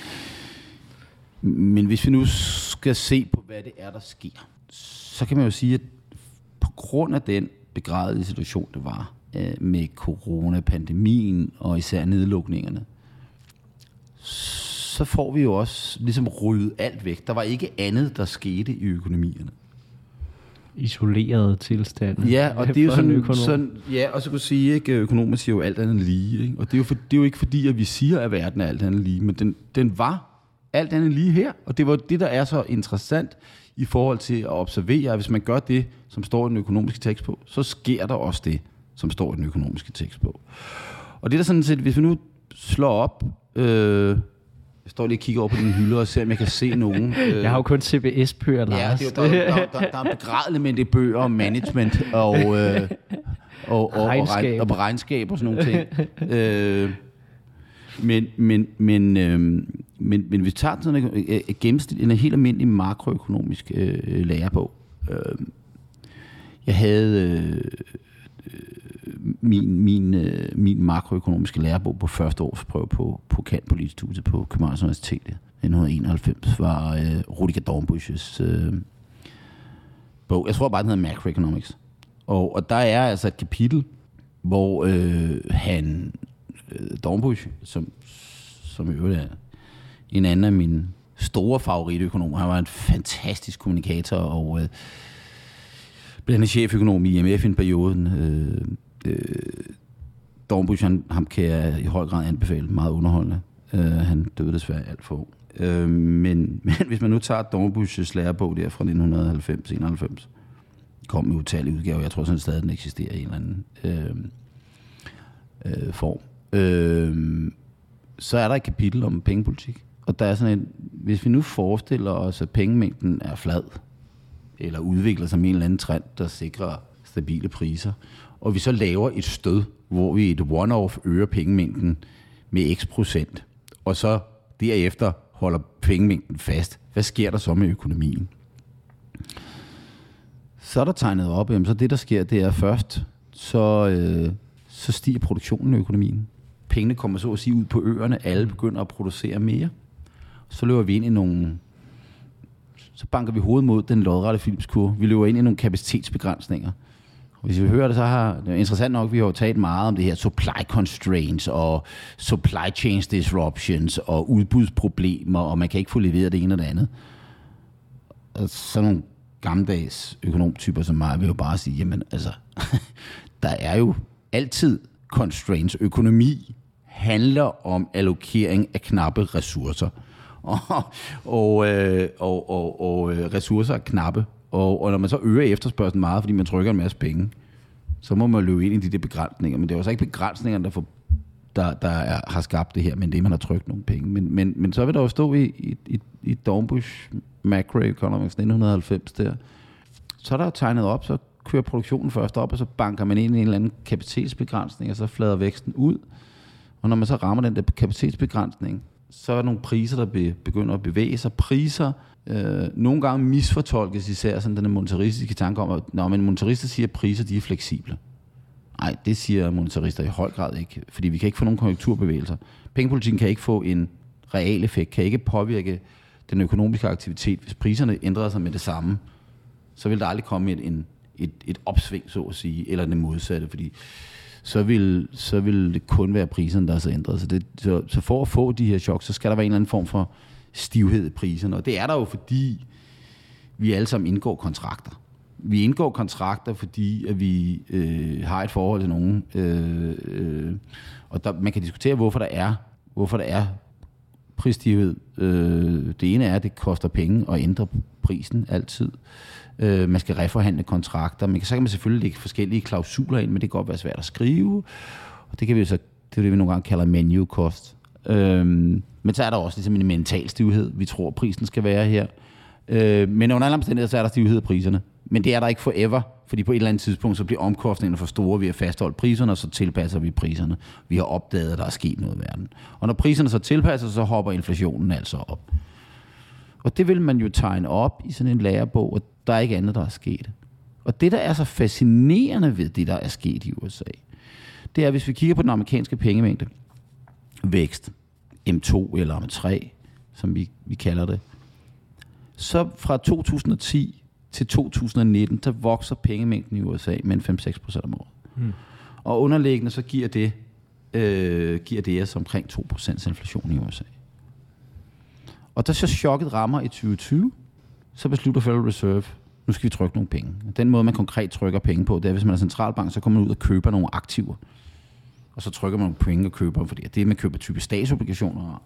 men hvis vi nu skal se på, hvad det er, der sker, så kan man jo sige, at på grund af den begrædelige situation, der var øh, med coronapandemien og især nedlukningerne, så får vi jo også ligesom ryddet alt væk. Der var ikke andet, der skete i økonomierne. Isolerede tilstande. Ja, og det er jo sådan, sådan, ja, og så kan du sige, ikke, økonomer siger jo alt andet lige, ikke? Og det er, jo for, det er jo ikke fordi, at vi siger, at verden er alt andet lige, men den, den var alt andet lige her, og det var det, der er så interessant i forhold til at observere, at hvis man gør det, som står i den økonomiske tekst på, så sker der også det, som står i den økonomiske tekst på. Og det er der sådan set, hvis vi nu slår op, øh, jeg står lige og kigger over på dine hylder og ser, om jeg kan se nogen. Jeg har jo kun C B S-bøger, Lars. Ja, det er jo, der, der, der, der er begrædeligt i bøger om management og, øh, og, og, regnskab. og, og regnskab og sådan nogle ting. øh, men, men, men, øh, men, men vi tager sådan en, en gennemsnit, en helt almindelig makroøkonomisk øh, lærebog. Øh, jeg havde øh, min, min, øh, min makroøkonomiske lærebog på første års prøve på, på Kant-politisk studie på Københavns Universitet. nitten enoghalvfems var øh, Rudiger Dornbusch's øh, bog. Jeg tror bare, den hedder Macroeconomics. Og, og der er altså et kapitel, hvor øh, han, øh, Dornbusch, som, som i øvrigt er en anden af mine store favoritøkonomer, han var en fantastisk kommunikator og øh, blandt andet cheføkonom i I M F i en perioden. Øh, øh, Dornbusch, han, ham kan jeg i høj grad anbefale, meget underholdende. Øh, han døde desværre alt for ung. Øh, men, men hvis man nu tager Dornbusch's lærebog der fra nitten halvfems enoghalvfems, kom med utallige udgaver, jeg tror sådan stadig, den eksisterer i en eller anden øh, øh, form, øh, så er der et kapitel om pengepolitik. Og der er sådan en, hvis vi nu forestiller os, at pengemængden er flad, eller udvikler sig med en eller anden trend, der sikrer stabile priser, og vi så laver et stød, hvor vi et one-off øger pengemængden med x procent, og så derefter holder pengemængden fast. Hvad sker der så med økonomien? Så er der tegnet op, så det der sker, det er først, så, øh, så stiger produktionen i økonomien. Pengene kommer så at sige ud på øerne, alle begynder at producere mere. Så løber vi ind i nogle, så banker vi hovedet mod den lodrette Philipskurve. Vi løber ind i nogle kapacitetsbegrænsninger. Og hvis vi hører det, så har det er interessant nok, vi har jo talt meget om det her supply constraints og supply chain disruptions og udbudsproblemer, og man kan ikke få leveret det ene og det andet. Og sådan nogle gammeldags økonomtyper som mig vil jo bare sige, jamen altså, der er jo altid constraints. Økonomi handler om allokering af knappe ressourcer. Og, og, øh, og, og, og ressourcer er knappe. Og, og når man så øger efterspørgselen meget, fordi man trykker en masse penge, så må man løbe ind i de der begrænsninger. Men det er jo så ikke begrænsningerne, der, får, der, der er, har skabt det her, men det, man har trykt nogle penge. Men, men, men så vil der jo stå i, i, i, i Dornbusch Macroeconomics nitten halvfems der, så er der jo tegnet op, så kører produktionen først op, og så banker man ind i en eller anden kapacitetsbegrænsning, og så flader væksten ud. Og når man så rammer den der kapacitetsbegrænsning, så er der nogle priser, der be, begynder at bevæge sig. Priser øh, nogle gange misfortolkes især sådan den monetaristiske tanke om, at når man monetarister siger, at priser de er fleksible. Nej, det siger monetarister i høj grad ikke, fordi vi kan ikke få nogen konjunkturbevægelser. Pengepolitikken kan ikke få en reel effekt, kan ikke påvirke den økonomiske aktivitet. Hvis priserne ændrer sig med det samme, så vil der aldrig komme et, en, et, et opsving, så at sige, eller det modsatte, fordi så vil, så vil det kun være priserne, der er så ændret. Så, det, så, så for at få de her chok, så skal der være en eller anden form for stivhed i priserne. Og det er der jo, fordi vi alle sammen indgår kontrakter. Vi indgår kontrakter, fordi at vi øh, har et forhold til nogen. Øh, øh, og der, man kan diskutere, hvorfor der er, hvorfor der er prisstighed. Øh, det ene er, at det koster penge at ændre prisen altid. Øh, man skal reforhandle kontrakter. Man kan, så kan man selvfølgelig lægge forskellige klausuler ind, men det kan godt være svært at skrive. Og det kan vi så, det er det, vi nogle gange kalder menu cost. Øh, men så er der også ligesom en mental stivhed. Vi tror, prisen skal være her. Øh, men under alle omstændigheder, så er der stivhed af priserne. Men det er der ikke forever, fordi på et eller andet tidspunkt, så bliver omkostningerne for store ved at fastholde priserne, og så tilpasser vi priserne. Vi har opdaget, at der er sket noget i verden. Og når priserne så tilpasser, så hopper inflationen altså op. Og det vil man jo tegne op i sådan en lærebog, og der er ikke andet, der er sket. Og det, der er så fascinerende ved det, der er sket i U S A, det er, hvis vi kigger på den amerikanske pengemængde, vækst, M to eller M tre, som vi, vi kalder det, så fra to tusind og ti til to tusind og nitten, der vokser pengemængden i U S A med en fem til seks procent om året. Mm. Og underliggende så giver det, øh, giver det os omkring to procent inflation i U S A. Og da så chokket rammer i tyve tyve, så beslutter Federal Reserve, nu skal vi trykke nogle penge. Den måde, man konkret trykker penge på, det er, hvis man er centralbank, så kommer man ud og køber nogle aktiver. Og så trykker man nogle penge og køber, fordi det er, man køber type statsobligationer.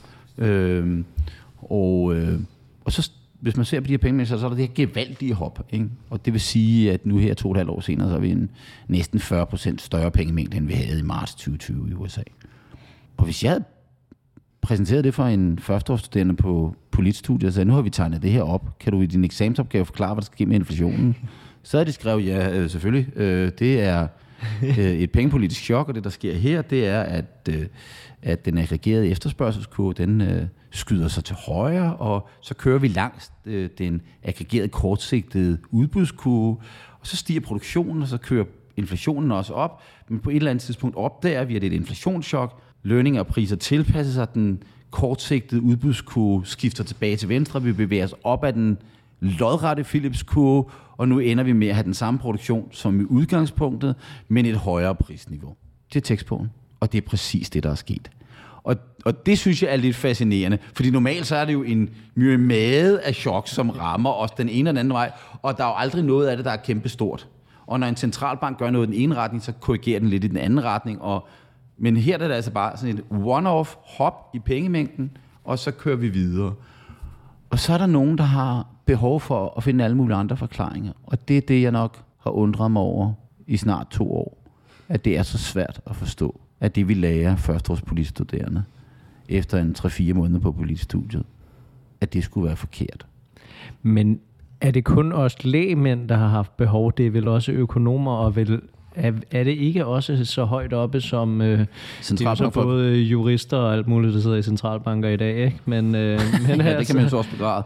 Øh, og, øh, og så hvis man ser på de her penge, så er der det her gevaldige hop. Ikke? Og det vil sige, at nu her to og et halvt år senere, så er vi en næsten fyrre procent større pengemængde, end vi havde i marts tyve tyve i U S A. Og hvis jeg havde præsenteret det for en førsteårsstuderende på politstudiet, og sagde, nu har vi tegnet det her op, kan du i din eksamensopgave forklare, hvad der skal ske med inflationen? Så havde de skrevet, ja, øh, selvfølgelig, øh, det er øh, et pengepolitisk chok, og det, der sker her, det er, at, øh, at den aggregerede efterspørgselskurve, den øh, skyder sig til højre, og så kører vi langs øh, den aggregerede kortsigtede udbudskurve, og så stiger produktionen, og så kører inflationen også op, men på et eller andet tidspunkt opdager vi, at det er et inflationschok, lønninger og priser tilpasser sig, den kortsigtede udbudskurve skifter tilbage til venstre, vi bevæger os op ad den lodrette Philips-kurve, og nu ender vi med at have den samme produktion som i udgangspunktet, men et højere prisniveau. Det er tekstbogen, og det er præcis det, der er sket. Og, og det synes jeg er lidt fascinerende, fordi normalt så er det jo en myriade af chok, som rammer os den ene og den anden vej, og der er jo aldrig noget af det, der er kæmpestort. Og når en centralbank gør noget i den ene retning, så korrigerer den lidt i den anden retning, og men her er det altså bare sådan et one-off hop i pengemængden, og så kører vi videre. Og så er der nogen, der har behov for at finde alle mulige andre forklaringer. Og det er det, jeg nok har undret mig over i snart to år. At det er så svært at forstå, at det vi lærer førsteårs politstuderende efter en tre fire måneder på politstudiet, at det skulle være forkert. Men er det kun os lægmænd, der har haft behov? Det er vel også økonomer og vel... Er, er det ikke også så højt oppe som øh, så både jurister og alt muligt, der sidder i centralbanker i dag, ikke? Men, øh, men ja, altså... det kan man jo så også begræde.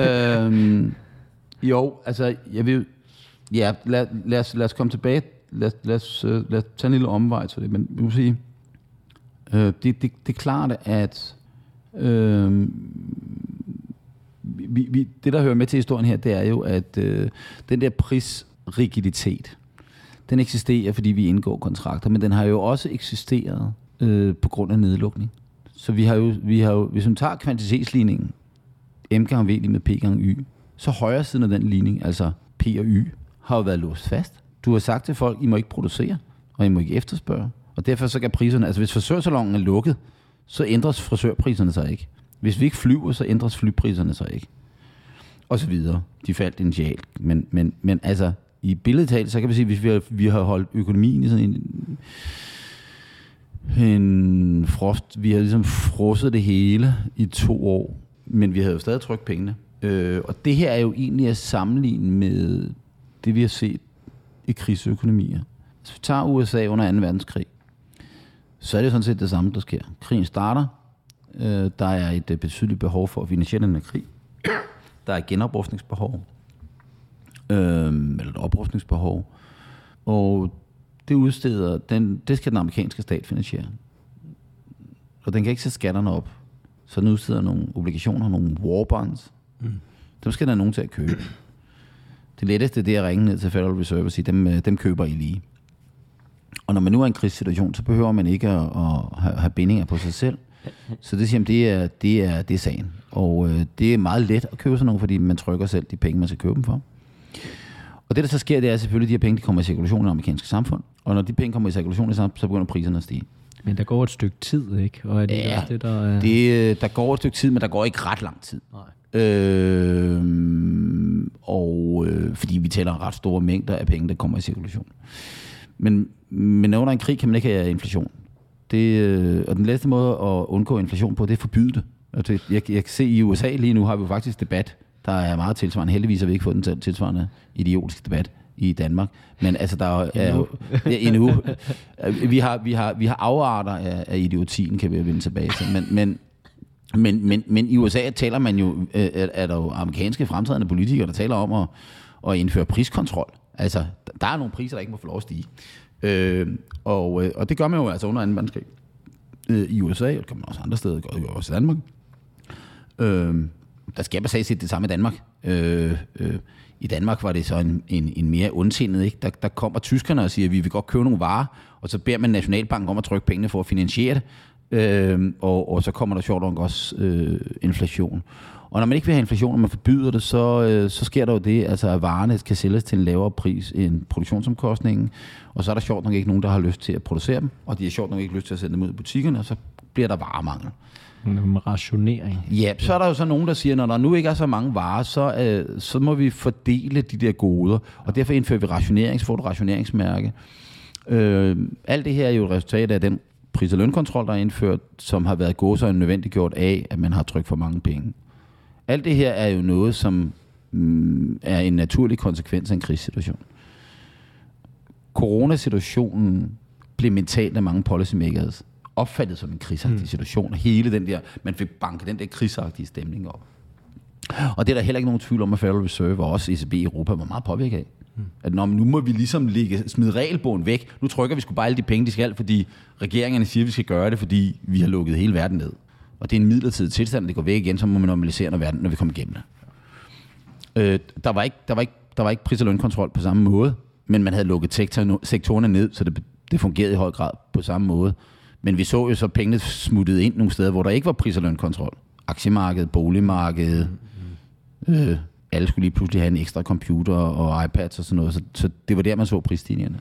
øhm, jo, altså, jeg vil... Ja, lad, lad, os, lad os komme tilbage. Lad, lad, os, lad os tage en lille omvej til det. Men vi må sige, øh, det, det, det er klart, at øh, vi, vi, det, der hører med til historien her, det er jo, at øh, den der prisrigiditet, den eksisterer, fordi vi indgår kontrakter, men den har jo også eksisteret øh, på grund af nedlukning. Så vi har jo, vi har jo, hvis man tager kvantitetsligningen, M gange V lige med P gange Y, så højre siden af den ligning, altså P og Y, har jo været låst fast. Du har sagt til folk, I må ikke producere, og I må ikke efterspørge. Og derfor så kan priserne, altså hvis frisørsalongen er lukket, så ændres frisørpriserne sig ikke. Hvis vi ikke flyver, så ændres flypriserne sig ikke. Og så videre. De faldt initialt. Men, men, men altså, i billedtalt, så kan vi sige, hvis vi har, vi har holdt økonomien i sådan en, en frost, vi har ligesom frosset det hele i to år, men vi havde jo stadig trykt pengene. Øh, og det her er jo egentlig at sammenligne med det, vi har set i krigsøkonomier. Hvis vi tager U S A under anden verdenskrig, så er det sådan set det samme, der sker. Krigen starter, øh, der er et betydeligt behov for at finansiere den her krig. Der er et genoprustningsbehov, øh, eller et oprustningsbehov, og det udsteder, den, det skal den amerikanske stat finansiere. Og den kan ikke sætte skatterne op. Så den udsteder nogle obligationer, nogle war bonds. Mm. Dem skal der nogen til at købe. Det letteste, det er at ringe ned til Federal Reserve og sige, dem, dem køber I lige. Og når man nu er i en krigssituation, så behøver man ikke at, at have bindinger på sig selv. Så det siger, det er, det er, det er sagen. Og øh, det er meget let at købe sådan nogle, fordi man trykker selv de penge, man skal købe dem for. Og det, der så sker, det er selvfølgelig, at de her penge de kommer i cirkulation i det amerikanske samfund. Og når de penge kommer i cirkulation i samfund, så begynder priserne at stige. Men der går et stykke tid, ikke? Og er det ja, også det, der er... det, der går et stykke tid, men der går ikke ret lang tid. Nej. Øh, og øh, fordi vi tæller ret store mængder af penge, der kommer i cirkulation. Men, men under en krig kan man ikke have inflation. Det, øh, og den letteste måde at undgå inflation på, det er at forbyde det. Altså, jeg, jeg kan se i U S A lige nu, har vi jo faktisk debat, der er meget tilsvarende. Heldigvis har vi ikke fået den tilsvarende idiotiske debat i Danmark. Men altså, der er, er jo... Ja, endnu. Vi har, vi, har, vi har afarter af, af idiotien, kan vi vende tilbage til. Men, men, men, men, men i U S A taler man jo... Er, er der jo amerikanske fremtrædende politikere, der taler om at, at indføre priskontrol. Altså, der er nogle priser, der ikke må få lov at stige. Øh, og, og det gør man jo altså under anden verdenskrig øh, i U S A, og det gør man også andre steder, det gør man også i Danmark. Øh, der skal bare sige det samme i Danmark. Øh, øh, I Danmark var det så en, en, en mere ondsindet, ikke? Der, der kommer tyskerne og siger, at vi vil godt købe nogle varer, og så beder man Nationalbanken om at trykke pengene for at finansiere det, øh, og, og så kommer der sjovt nok også øh, inflation. Og når man ikke vil have inflation, og man forbyder det, så, øh, så sker der jo det, altså at varerne kan sælges til en lavere pris end produktionsomkostningen, og så er der sjovt nok ikke nogen, der har lyst til at producere dem, og de har sjovt nok ikke lyst til at sende dem ud i butikkerne, og så bliver der varemangel. En rationering. Ja, så er der jo så nogen, der siger, når der nu ikke er så mange varer, så, øh, så må vi fordele de der goder, og derfor indfører vi rationering, så får du rationeringsmærke. Øh, alt det her er jo et resultat af den pris- og lønkontrol, der er indført, som har været gåsøjne nødvendiggjort af, at man har trykt for mange penge. Alt det her er jo noget, som mm, er en naturlig konsekvens af en krigssituation. Coronasituationen blev mentalt af mange policymakers opfattet som en krigsagtig mm. situation. Hele den der, man fik banket den der krigsagtige stemning op. Og det er der heller ikke nogen tvivl om, at Federal Reserve og også E C B i Europa var meget påvirket af. Mm. At når, nu må vi ligesom ligge, smide regelbogen væk. Nu trykker vi sgu bare alle de penge, de skal, fordi regeringerne siger, at vi skal gøre det, fordi vi har lukket hele verden ned. Og det er en midlertidig tilstand, når det går væk igen, så må man normalisere, når, verden, når vi kommer igennem det. Øh, der, var ikke, der, var ikke, der var ikke pris- og lønkontrol på samme måde, men man havde lukket sektor, sektorerne ned, så det, det fungerede i høj grad på samme måde. Men vi så jo så pengene smuttede ind nogle steder, hvor der ikke var pris- og lønkontrol. Aktiemarkedet, boligmarkedet, mm-hmm. øh, alle skulle lige pludselig have en ekstra computer og iPads og sådan noget, så, så det var der, man så prisstigningerne.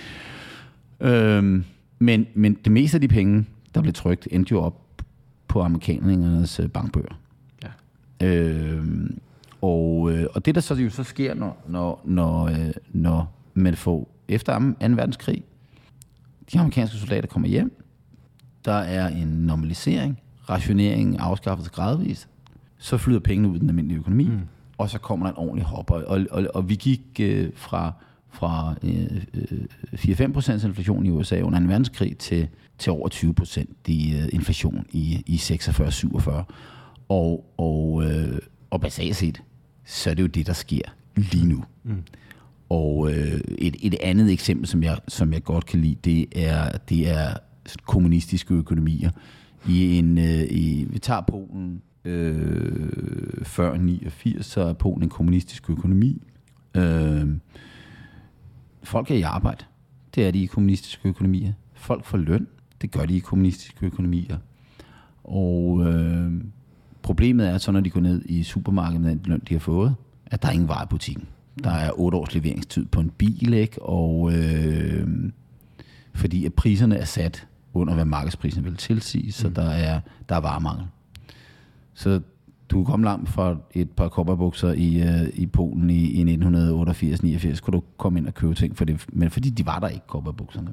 Øh, men, men det meste af de penge, der blev trykt, endte jo op på amerikanernes bankbøger. Ja. Øh, og, og det, der så jo så sker, når, når, når, når man får efter anden verdenskrig, de amerikanske soldater kommer hjem, der er en normalisering, rationering afskaffes gradvist, så flyder pengene ud i den almindelige økonomi, mm. og så kommer der en ordentlig hop. Og, og, og, og vi gik øh, fra, fra øh, fire til fem procent inflation i U S A under anden verdenskrig til, til over tyve procent i øh, inflation i, i seksogfyrre syvogfyrre. Og, og, øh, og basalt set, så er det jo det, der sker lige nu. Mm. Og øh, et, et andet eksempel, som jeg, som jeg godt kan lide, det er, det er kommunistiske økonomier. I en, øh, i, vi tager Polen øh, før niogfirs, så er Polen en kommunistisk økonomi. Øh, folk er i arbejde. Det er de i kommunistiske økonomier. Folk får løn. Det gør de i kommunistiske økonomier. Og øh, problemet er så, når de går ned i supermarkedet med den løn, de har fået, at der er ingen vare i butikken. Der er otte års leveringstid på en bil, ikke? Og øh, fordi at priserne er sat under, hvad markedsprisen vil tilsige, så mm. der er, der er varemangel. Så du kan komme langt fra et par cowboybukser i, uh, i Polen i, i nitten otteogfirs niogfirs, kunne du komme ind og købe ting, for det, men fordi de var der ikke, cowboybukserne.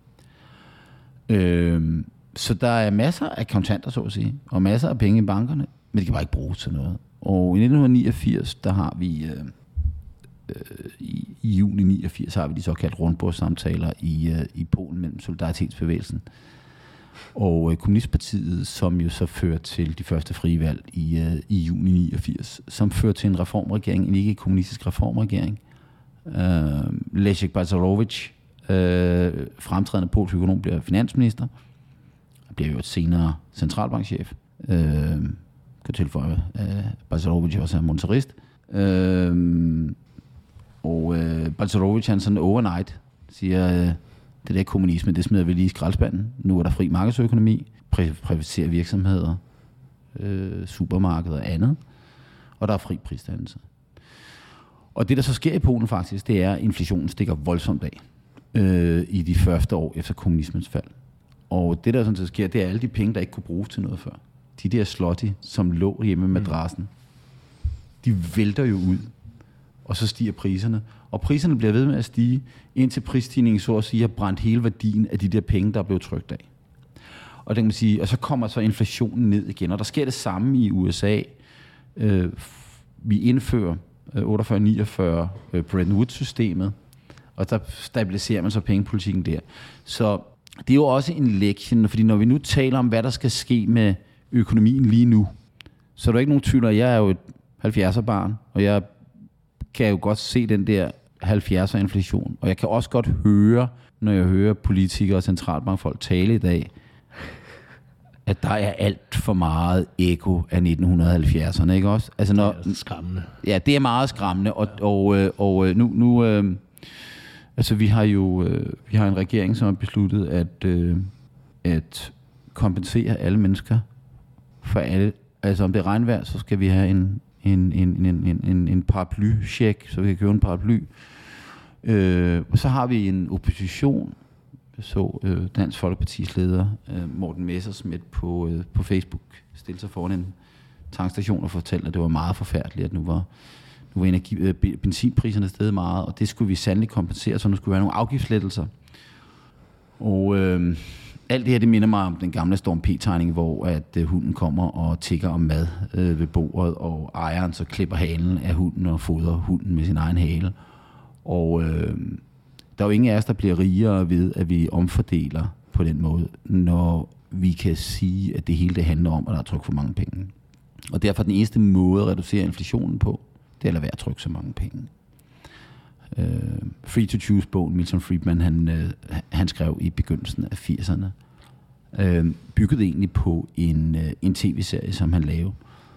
Øh, så der er masser af kontanter, så at sige, og masser af penge i bankerne, men de kan bare ikke bruges til noget. Og i nitten niogfirs, der har vi... Uh, I, i juni niogfirs har vi de såkaldte rundbordssamtaler i, uh, i Polen mellem Solidaritetsbevægelsen og uh, Kommunistpartiet, som jo så fører til de første frie valg i, uh, i juni niogfirs, som fører til en reformregering, en ikke-kommunistisk reformregering. Uh, Leszek Balcerowicz, uh, fremtrædende polsk økonom, bliver finansminister, og bliver jo et senere centralbankchef. Uh, kan tilføje, uh, Balcerowicz også er monetarist. Uh, Og øh, Balcerowicz, han sådan overnight siger, øh, det der kommunisme, det smider vi lige i skraldespanden. Nu er der fri markedsøkonomi, præ- privatiserer virksomheder, øh, supermarkeder og andet, og der er fri prisdannelse. Og det, der så sker i Polen faktisk, det er, at inflationen stikker voldsomt af øh, i de første år efter kommunismens fald. Og det, der sådan set sker, det er alle de penge, der ikke kunne bruges til noget før. De der slotti, som lå hjemme med madrassen, de vælter jo ud, og så stiger priserne. Og priserne bliver ved med at stige, indtil prisstigningen så at sige har brændt hele værdien af de der penge, der er blevet trykt af. Og, det kan man sige, og så kommer så inflationen ned igen. Og der sker det samme i U S A. Øh, vi indfører otteogfyrre niogfyrre øh, Bretton Woods-systemet, og der stabiliserer man så pengepolitikken der. Så det er jo også en lektion, fordi når vi nu taler om, hvad der skal ske med økonomien lige nu, så er der ikke nogen tvivl, at jeg er jo et halvfjerdser-barn, og jeg kan jo godt se den der halvfjerdser-inflation. Og jeg kan også godt høre, når jeg hører politikere og centralbankfolk tale i dag, at der er alt for meget eko af nitten halvfjerdserne, ikke også? Altså når, det er skræmmende. Ja, det er meget skræmmende, og, og, og, og nu, nu øh, altså vi har jo øh, vi har en regering, som har besluttet at, øh, at kompensere alle mennesker for alle. Altså om det er regnvejr, så skal vi have en, en, en, en, en, en paraply-check, så vi kan købe en paraply. Øh, og så har vi en opposition. Jeg så øh, Dansk Folkepartis leder, øh, Morten Messerschmidt, på, øh, på Facebook stille sig foran en tankstation og fortælle, at det var meget forfærdeligt, at nu var, nu var energi, øh, benzinpriserne steget meget, og det skulle vi sandelig kompensere, så nu skulle være nogle afgiftslettelser. Og øh, alt det her, det minder mig om den gamle Storm P-tegning, hvor at øh, hunden kommer og tigger om mad øh, ved bordet, og ejeren så klipper halen af hunden og fodrer hunden med sin egen hale. Og øh, der er jo ingen af os, der bliver rigere ved, at vi omfordeler på den måde, når vi kan sige, at det hele det handler om, at der er tryk for mange penge. Og derfor den eneste måde at reducere inflationen på, det er at lade være at trykke så mange penge. Uh, Free to Choose-bogen, Milton Friedman, han, uh, han skrev i begyndelsen af firserne, uh, byggede egentlig på en, uh, en tv-serie, som han lavede.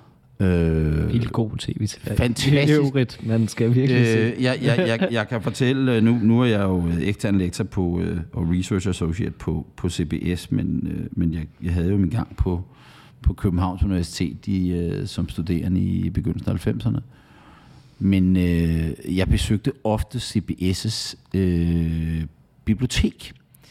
Øh, Helt god tv-serie. Fantastisk. Øvrigt, man skal virkelig øh, se. Jeg, jeg, jeg, jeg kan fortælle, nu, nu er jeg jo ekstern lektor på, og research associate på, på C B S, men, men jeg, jeg havde jo min gang på, på Københavns Universitet i, som studerende i begyndelsen af halvfemserne. Men øh, jeg besøgte ofte C B S' øh, bibliotek,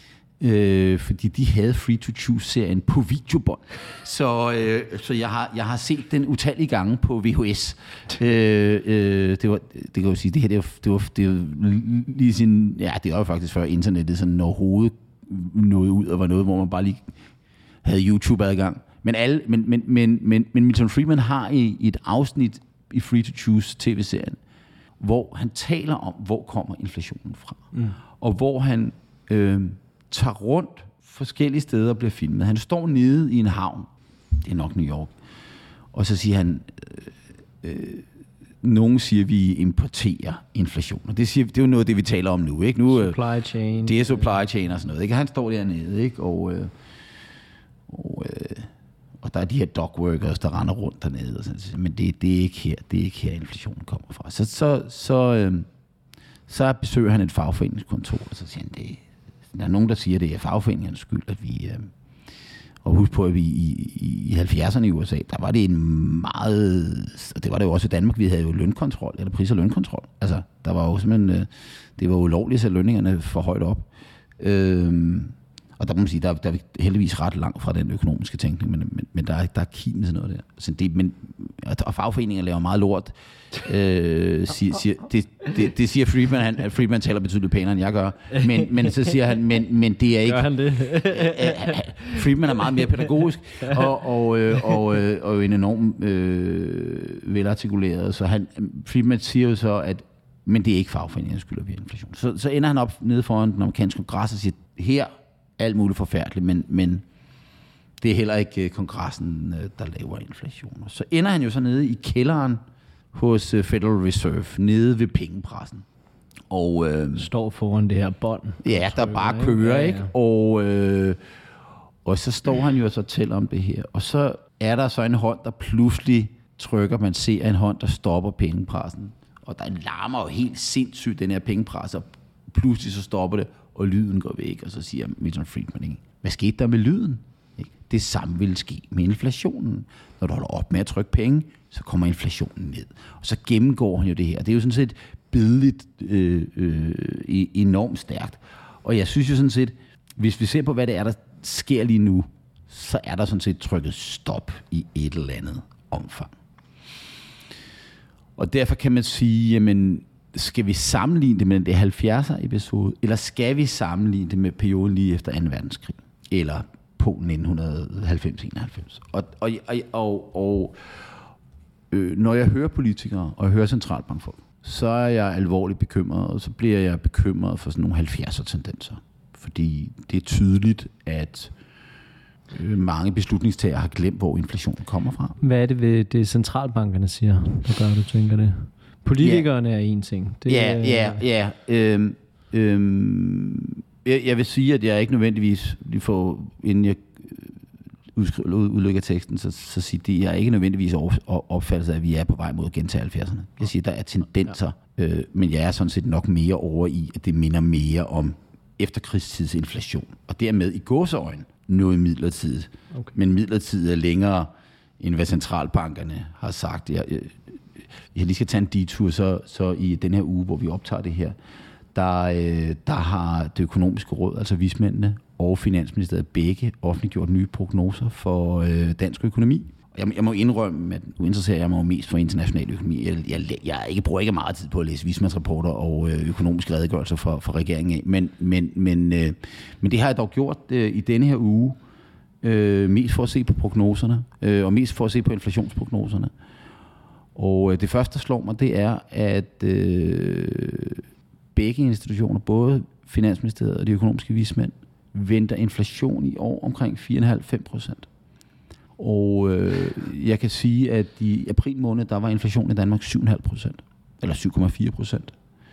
Øh, fordi de havde Free to Choose-serien på videobånd. Så, øh, så jeg, har, jeg har set den utallige gange på V H S. Øh, øh, det var, det kan jo sige, det her, det var, det var, det var lige sin, ja, det var jo faktisk før internettet sådan overhovedet nåede ud, og var noget, hvor man bare lige havde YouTube-adgang. Men, alle, men, men, men, men, men Milton Friedman har i, i et afsnit i Free to Choose-tv-serien, hvor han taler om, hvor kommer inflationen fra. Mm. Og hvor han øh, tager rundt forskellige steder og bliver filmet. Han står nede i en havn, det er nok New York, og så siger han, øh, øh, nogen siger, at vi importerer inflation. Og det, siger, det er jo noget af det, vi taler om nu. Ikke? Nu supply chain. Det er supply chain og sådan noget. Ikke? Han står dernede, ikke? Og, øh, og, øh, og der er de her dogworkers, der render rundt dernede. Og sådan, men det, det, er ikke her, det er ikke her, inflationen kommer fra. Så, så, så, øh, så besøger han et fagforeningskontor, og så siger han, det, der er nogen, der siger, at det er fagforeningernes skyld, at vi... Øh, og husk på, at vi i, i, i halvfjerdserne i U S A, der var det en meget... Og det var det jo også i Danmark, vi havde jo lønkontrol, eller pris- og lønkontrol. Altså, der var jo simpelthen... Øh, det var ulovligt at sætte lønningerne for højt op. Øh, og der må man sige, der, der er vi heldigvis ret langt fra den økonomiske tænkning, men, men, men der, er, der er kim med sådan noget der. Så det, men, og fagforeninger laver meget lort. Øh, siger, siger, det, det, det siger Friedman, han, Friedman taler betydeligt pænere, end jeg gør. Men, men så siger han, men, men det er ikke... Gør han det? Friedman er meget mere pædagogisk, og, og, og, og, og en enorm øh, velartikuleret. Så han, Friedman siger jo så, at men det er ikke fagforeningernes skyld, at vi har inflation. Så, så ender han op nede foran den amerikanske kongres og siger, her alt muligt forfærdeligt, men, men det er heller ikke kongressen, der laver inflation. Så ender han jo så nede i kælderen hos Federal Reserve, nede ved pengepressen. Og øh, står foran det her bånd. Ja, der bare kører, ikke? Og, øh, og så står han jo og så tæller om det her. Og så er der så en hånd, der pludselig trykker, man ser en hånd, der stopper pengepressen. Og der larmer jo helt sindssygt, den her pengepres, og pludselig så stopper det, og lyden går væk, og så siger Milton Friedman, hvad skete der med lyden? Ikke? Det samme vil ske med inflationen. Når du holder op med at trykke penge, så kommer inflationen ned. Og så gennemgår han jo det her. Det er jo sådan set billedligt øh, øh, enormt stærkt. Og jeg synes jo sådan set, hvis vi ser på, hvad det er, der sker lige nu, så er der sådan set trykket stop i et eller andet omfang. Og derfor kan man sige, jamen, skal vi sammenligne det med den der halvfjerdser episode, eller skal vi sammenligne det med perioden lige efter anden verdenskrig, eller på nitten halvfems enoghalvfems. Og, og, og, og, og øh, når jeg hører politikere, og jeg hører centralbankfolk, så er jeg alvorligt bekymret, og så bliver jeg bekymret for sådan nogle halvfjerdser-tendenser. Fordi det er tydeligt, at øh, mange beslutningstagere har glemt, hvor inflationen kommer fra. Hvad er det ved det, centralbankerne siger, der gør, du tænker det? Politikerne ja. er en ting. Det ja, er, ja, ja. Øhm, øhm, jeg, jeg vil sige, at jeg ikke nødvendigvis, lige for, inden jeg udskriver, udlægger teksten, så, så siger det, jeg er ikke nødvendigvis opfattet af, at vi er på vej mod at gentage halvfjerdserne. Jeg siger, at der er tendenser, øh, men jeg er sådan set nok mere over i, at det minder mere om efterkrigstidsinflation, og dermed i gåseøjne noget midlertidigt. Okay. Men midlertidigt er længere, end hvad centralbankerne har sagt. Jeg, jeg, jeg lige skal tage en detur, så, så i den her uge, hvor vi optager det her, der, øh, der har det økonomiske råd, altså vismændene og Finansministeriet, begge offentliggjort nye prognoser for øh, dansk økonomi. Jeg, jeg må indrømme, at nu interesserer jeg mig mest for international økonomi. Jeg, jeg, jeg ikke bruger ikke meget tid på at læse vismandsrapporter og øh, økonomiske redegørelser for, for regeringen af, men, men, men, øh, men det har jeg dog gjort øh, i denne her uge, øh, mest for at se på prognoserne, øh, og mest for at se på inflationsprognoserne. Og øh, det første, der slår mig, det er, at øh, begge institutioner, både Finansministeriet og de økonomiske vismænd, venter inflation i år omkring fire komma fem til fem procent. Og øh, jeg kan sige, at i april måned, der var inflationen i Danmark syv komma fem procent, eller syv komma fire procent.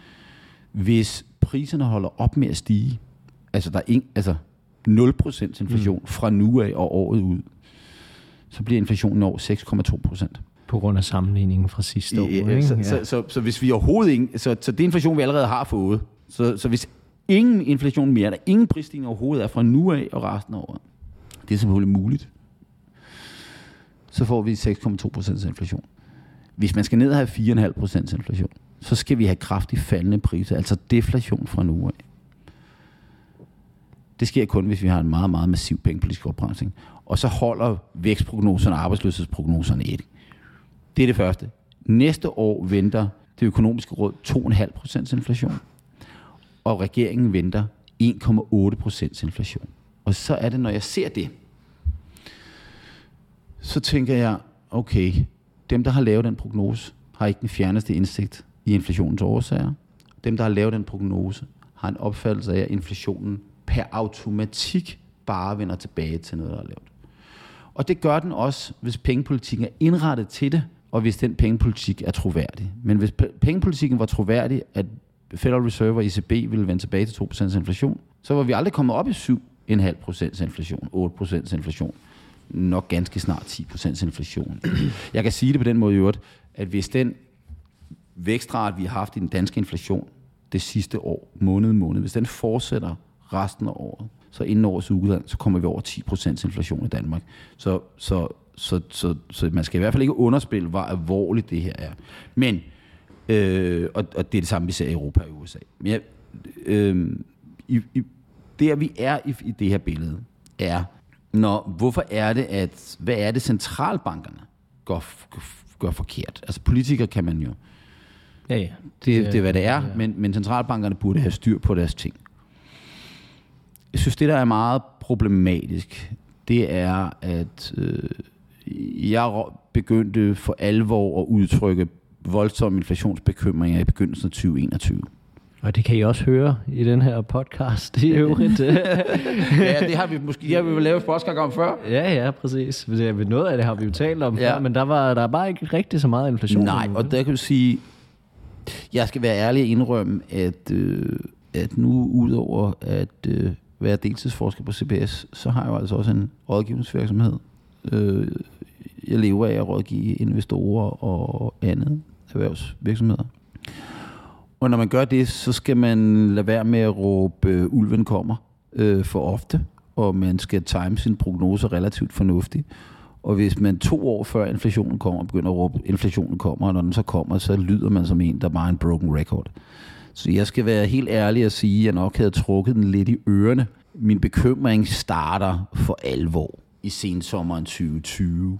Hvis priserne holder op med at stige, altså der er ing, altså nul procent inflation mm. fra nu af og året ud, så bliver inflationen over seks komma to procent. På grund af sammenligningen fra sidste år. Ja, ikke? Så, ja. så, så, så hvis vi overhovedet ikke, så, så det inflation, vi allerede har fået, så, så hvis ingen inflation mere, der ingen prisstigning overhovedet er fra nu af og resten af året, det er selvfølgelig muligt, så får vi seks komma to procent inflation. Hvis man skal ned og have fire komma fem procent inflation, så skal vi have kraftigt faldende priser, altså deflation fra nu af. Det sker kun, hvis vi har en meget, meget massiv pengepolitisk opbremsning. Og så holder vækstprognoserne og arbejdsløshedsprognoserne et. Det er det første. Næste år venter det økonomiske råd to komma fem procent inflation, og regeringen venter en komma otte procent inflation. Og så er det, når jeg ser det, så tænker jeg, okay, dem, der har lavet den prognose, har ikke den fjerneste indsigt i inflationens årsager. Dem, der har lavet den prognose, har en opfattelse af, at inflationen per automatik bare vender tilbage til noget, der er lavt. Og det gør den også, hvis pengepolitikken er indrettet til det, og hvis den pengepolitik er troværdig. Men hvis pengepolitikken var troværdig, at Federal Reserve og E C B ville vende tilbage til to procent inflation, så var vi aldrig kommet op i syv komma fem procent inflation, otte procent inflation. Nok ganske snart ti procent inflation. Jeg kan sige det på den måde i øvrigt, at hvis den vækstrate, vi har haft i den danske inflation det sidste år, måned måned, hvis den fortsætter resten af året, så inden årets udgang, så kommer vi over ti procent inflation i Danmark. Så, så, så, så, så man skal i hvert fald ikke underspille, hvor alvorligt det her er. Men, øh, og, og det er det samme, vi ser i Europa og U S A. Men, øh, i, i, der vi er i, i det her billede, er, når, hvorfor er det, at, hvad er det centralbankerne gør, gør forkert? Altså politikere kan man jo, ja, ja. Det, det er hvad det er, ja. men, men centralbankerne burde have styr på deres ting. Jeg synes, det der er meget problematisk, det er, at øh, jeg begyndte for alvor at udtrykke voldsomme inflationsbekymringer i begyndelsen af tyve enogtyve. Og det kan I også høre i den her podcast i øvrigt. Ja, det har vi måske det har vi jo lavet et podcast om før. Ja, ja, præcis. Noget af det har vi jo talt om ja. før, men der var der er bare ikke rigtig så meget inflation. Nej, og der kan du sige, jeg skal være ærlig og indrømme, at, øh, at nu udover at øh, være deltidsforsker på C B S, så har jeg jo altså også en rådgivningsvirksomhed. Øh, jeg lever af at rådgive investorer og andet erhvervsvirksomheder. Og når man gør det, så skal man lade være med at råbe, øh, ulven kommer øh, for ofte. og man skal time sin prognoser relativt fornuftigt. Og hvis man to år før inflationen kommer, begynder at råbe, inflationen kommer, og når den så kommer, så lyder man som en, der bare er en broken record. Så jeg skal være helt ærlig at sige, at jeg nok havde trukket den lidt i ørerne. Min bekymring starter for alvor i sensommeren tyve tyve,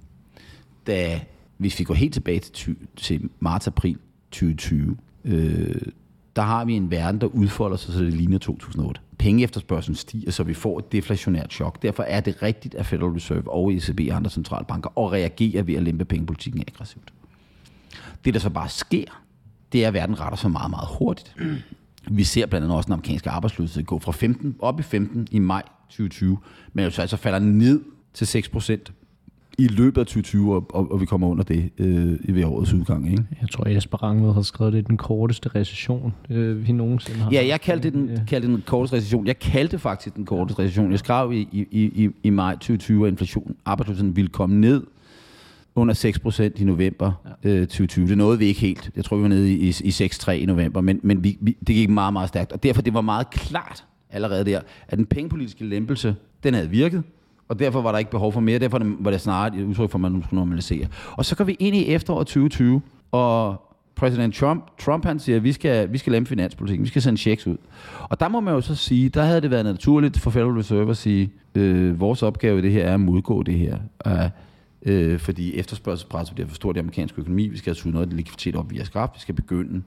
da hvis vi går helt tilbage til, til marts-april tyve tyve, øh, der har vi en verden, der udfolder sig, så det ligner to tusind og otte. Pengeefterspørgslen stiger, så vi får et deflationært chok. Derfor er det rigtigt, at Federal Reserve og E C B og andre centralbanker og reagerer ved at lempe pengepolitikken aggressivt. Det, der så bare sker, det er, at verden retter sig meget, meget hurtigt. Vi ser blandt andet også den amerikanske arbejdsløshed gå fra femten op i femten i maj tyve tyve, men så altså falder ned til seks procent i løbet af tyve tyve, og, og, og vi kommer under det øh, ved årets udgang. Ikke? Jeg tror, Jesper Rangvad har skrevet, det er den korteste recession, øh, vi nogensinde har. Ja, jeg kaldte den, ja. kaldte den korteste recession. Jeg kaldte faktisk den korteste recession. Jeg skrev i, i, i, i maj tyve tyve, at inflationen, arbejdsløsheden ville komme ned under seks procent i november ja. øh, tyve tyve. Det nåede vi ikke helt. Jeg tror, vi var nede i, i seks komma tre i november, men, men vi, vi, det gik meget, meget stærkt. Og derfor det var meget klart allerede der, at den pengepolitiske lempelse, den havde virket, og derfor var der ikke behov for mere. Derfor var det snart et udtryk for, at man skulle normalisere. Og så går vi ind i efteråret tyve tyve, og præsident Trump, Trump han siger, at vi skal, vi skal lempe finanspolitikken, vi skal sende checks ud. Og der må man jo så sige, der havde det været naturligt for Federal Reserve at sige, øh, vores opgave i det her er at modgå det her. Uh, øh, fordi efterspørgselspresset bliver for stort i amerikansk økonomi, vi skal have suget noget af det likviditet op via skrab, vi skal begynde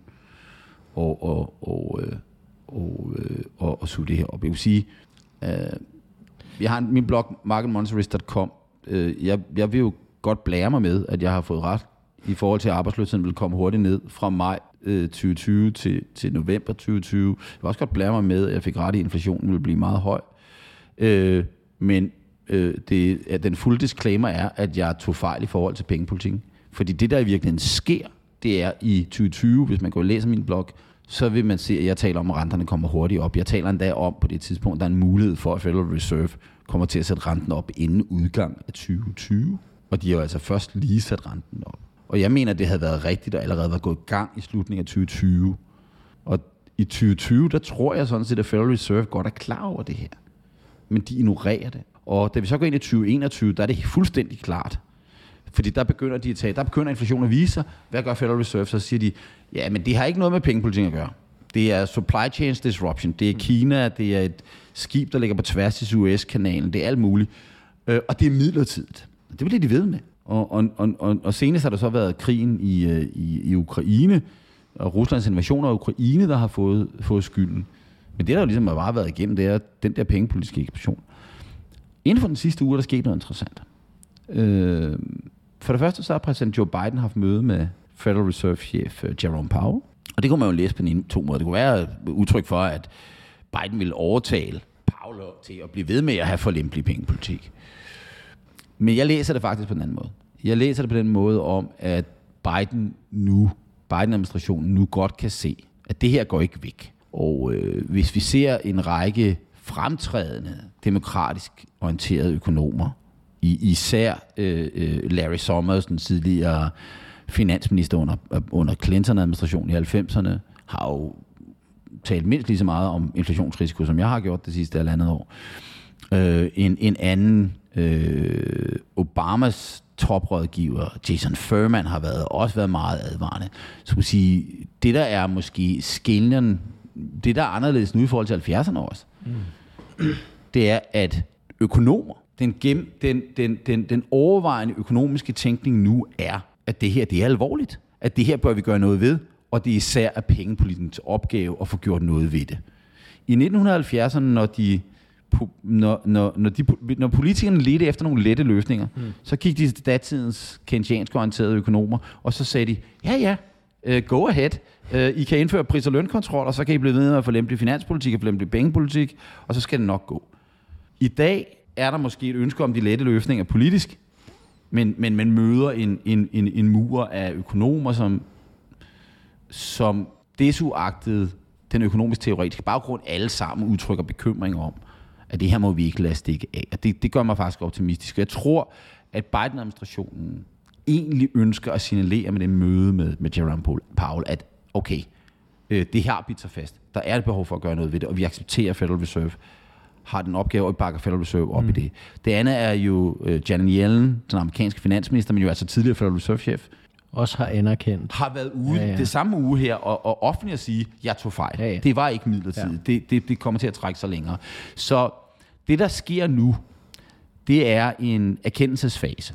og, og, og, øh, og, øh, og, og suge det her op. Jeg vil sige, øh, jeg har en, min blog, market monitorist punktum com. Øh, jeg, jeg vil jo godt blære mig med, at jeg har fået ret i forhold til, at arbejdsløsheden vil komme hurtigt ned fra maj øh, tyve tyve til, til november tyve tyve. Jeg vil også godt blære mig med, at jeg fik ret i, at inflationen vil blive meget høj. Øh, men øh, det, at den fulde disclaimer er, at jeg tog fejl i forhold til pengepolitikken. Fordi det, der i virkeligheden sker, det er i tyve tyve, hvis man går og læser min blog, så vil man se, at jeg taler om, at renterne kommer hurtigt op. Jeg taler endda om på det tidspunkt, der er en mulighed for, at Federal Reserve kommer til at sætte renten op inden udgang af tyve tyve. Og de har jo altså først lige sat renten op. Og jeg mener, at det havde været rigtigt, og allerede var gået i gang i slutningen af tyve tyve. Og i tyve tyve, der tror jeg sådan set, at Federal Reserve godt er klar over det her. Men de ignorerer det. Og da vi så går ind i tyve enogtyve, der er det fuldstændig klart. Fordi der begynder de at tage, der begynder inflationen at vise sig. Hvad gør Federal Reserve? Så siger de, ja, men det har ikke noget med pengepolitik at gøre. Det er supply chain disruption. Det er Kina, det er et skib, der ligger på tværs i Suez-kanalen. Det er alt muligt. Og det er midlertidigt. Det bliver de ved med. Og, og, og, og senest har der så været krigen i, i, i Ukraine, og Ruslands invasion af Ukraine, der har fået, fået skylden. Men det, der jo ligesom har bare været igennem, det er den der pengepolitiske eksplosion. Inden for den sidste uge er der sket noget interessant. Øh, for det første så har præsident Joe Biden haft møde med Federal Reserve-chef Jerome Powell. Og det kunne man jo læse på en to måder. Det kunne være et udtryk for, at Biden ville overtale Powell til at blive ved med at have for lempelig pengepolitik. Men jeg læser det faktisk på den anden måde. Jeg læser det på den måde om, at Biden nu, Biden-administrationen nu godt kan se, at det her går ikke væk. Og øh, hvis vi ser en række fremtrædende, demokratisk orienterede økonomer, i, især øh, Larry Summers, den tidligere finansminister under, under Clinton-administrationen i halvfemserne, har jo talt mindst lige så meget om inflationsrisiko, som jeg har gjort det sidste halvandet år. Øh, en, en anden, øh, Obamas toprådgiver, Jason Furman, har været, også været meget advarende. Så at sige, det der er måske skilleren, det der er anderledes nu i forhold til halvfjerdserne også, mm. det er, at økonomer, den, gem, den, den, den, den overvejende økonomiske tænkning nu er, at det her, det er alvorligt. At det her bør vi gøre noget ved, og det er især af pengepolitikens opgave at få gjort noget ved det. I nitten halvfjerdserne, når de Når, når, når, de, når politikerne ledte efter nogle lette løsninger, mm. så gik de til datidens keynesiansk orienterede økonomer, og så sagde de, ja ja, uh, go ahead, uh, I kan indføre pris- og lønkontrol, og så kan I blive ved med at få lempelig finanspolitik og få lempelig pengepolitik, og så skal det nok gå. I dag er der måske et ønske om de lette løsninger politisk, men, men man møder en, en, en, en mur af økonomer, som, som desuagtet den økonomisk teoretiske baggrund alle sammen udtrykker bekymring om, at det her må vi ikke lade stikke af. Og det, det gør mig faktisk optimistisk. Jeg tror, at Biden-administrationen egentlig ønsker at signalere med det møde med, med Jerome Powell, at okay, øh, det her bidt sig fast. Der er et behov for at gøre noget ved det, og vi accepterer, at Federal Reserve har den opgave at bakke Federal Reserve op mm. i det. Det andet er jo uh, Janet Yellen, den amerikanske finansminister, men jo altså tidligere Federal Reserve-chef. Også har anerkendt. Har været ude ja, ja. det samme uge her, og, og offentligt at sige, jeg tog fejl. Ja, ja. Det var ikke midlertidigt. Ja. Det, det, det kommer til at trække sig længere. Så det, der sker nu, det er en erkendelsesfase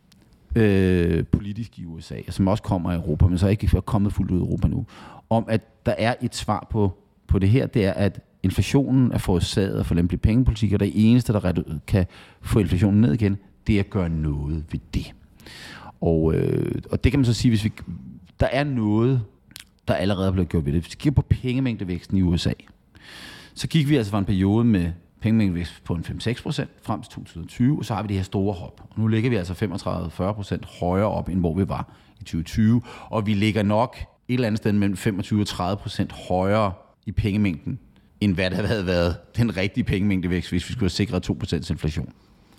øh, politisk i U S A, som også kommer i Europa, men så ikke er kommet fuldt ud i Europa nu, om at der er et svar på, på det her, det er, at inflationen er forårsaget for lempelig pengepolitik, og det eneste, der kan få inflationen ned igen, det er at gøre noget ved det. Og, øh, og det kan man så sige, hvis vi, der er noget, der allerede er blevet gjort ved det. Hvis vi kigger på pengemængdevæksten i U S A, så gik vi altså fra en periode med pengemængdevækst på en fem til seks procent frem til to tusind og tyve, og så har vi det her store hop. Og nu ligger vi altså femogtredive til fyrre procent højere op, end hvor vi var i tyve tyve, og vi ligger nok et eller andet sted mellem femogtyve og tredive procent højere i pengemængden, end hvad der havde været den rigtige pengemængdevækst, hvis vi skulle have sikret to procent inflation.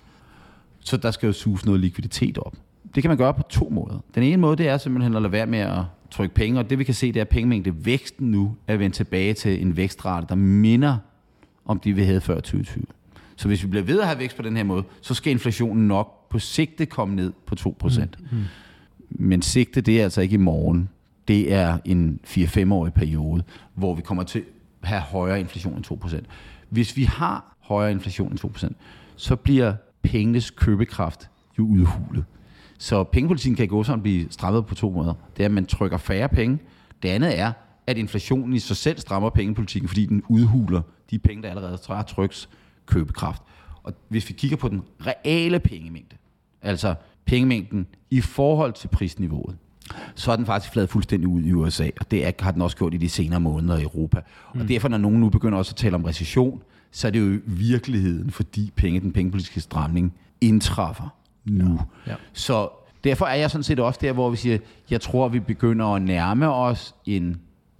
Så der skal jo suges noget likviditet op. Det kan man gøre på to måder. Den ene måde, det er simpelthen at lade være med at trykke penge, og det vi kan se, det er, at pengemængdevæksten nu er vendt tilbage til en vækstrate, der minder om de, vi havde før tyve tyve. Så hvis vi bliver ved at have vækst på den her måde, så skal inflationen nok på sigte komme ned på to procent. Mm. Mm. Men sigte, det er altså ikke i morgen. Det er en fire til fem-årig periode, hvor vi kommer til at have højere inflation end to procent. Hvis vi har højere inflation end to procent, så bliver pengenes købekraft jo udhulet. Så pengepolitikken kan gå sådan blive strammet på to måder. Det er, at man trykker færre penge. Det andet er, at inflationen i sig selv strammer pengepolitikken, fordi den udhuler de penge, der allerede har tryks købekraft. Og hvis vi kigger på den reale pengemængde, altså pengemængden i forhold til prisniveauet, så er den faktisk fladet fuldstændig ud i U S A, og det er, har den også gjort i de senere måneder i Europa. Mm. Og derfor, når nogen nu begynder også at tale om recession, så er det jo virkeligheden, fordi penge, den pengepolitiske stramning indtræffer nu. Ja. Ja. Så derfor er jeg sådan set også der, hvor vi siger, jeg tror, vi begynder at nærme os en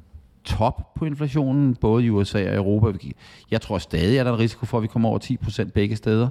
top på inflationen, både i U S A og Europa. Jeg tror stadig, at der er en risiko for, at vi kommer over ti procent begge steder.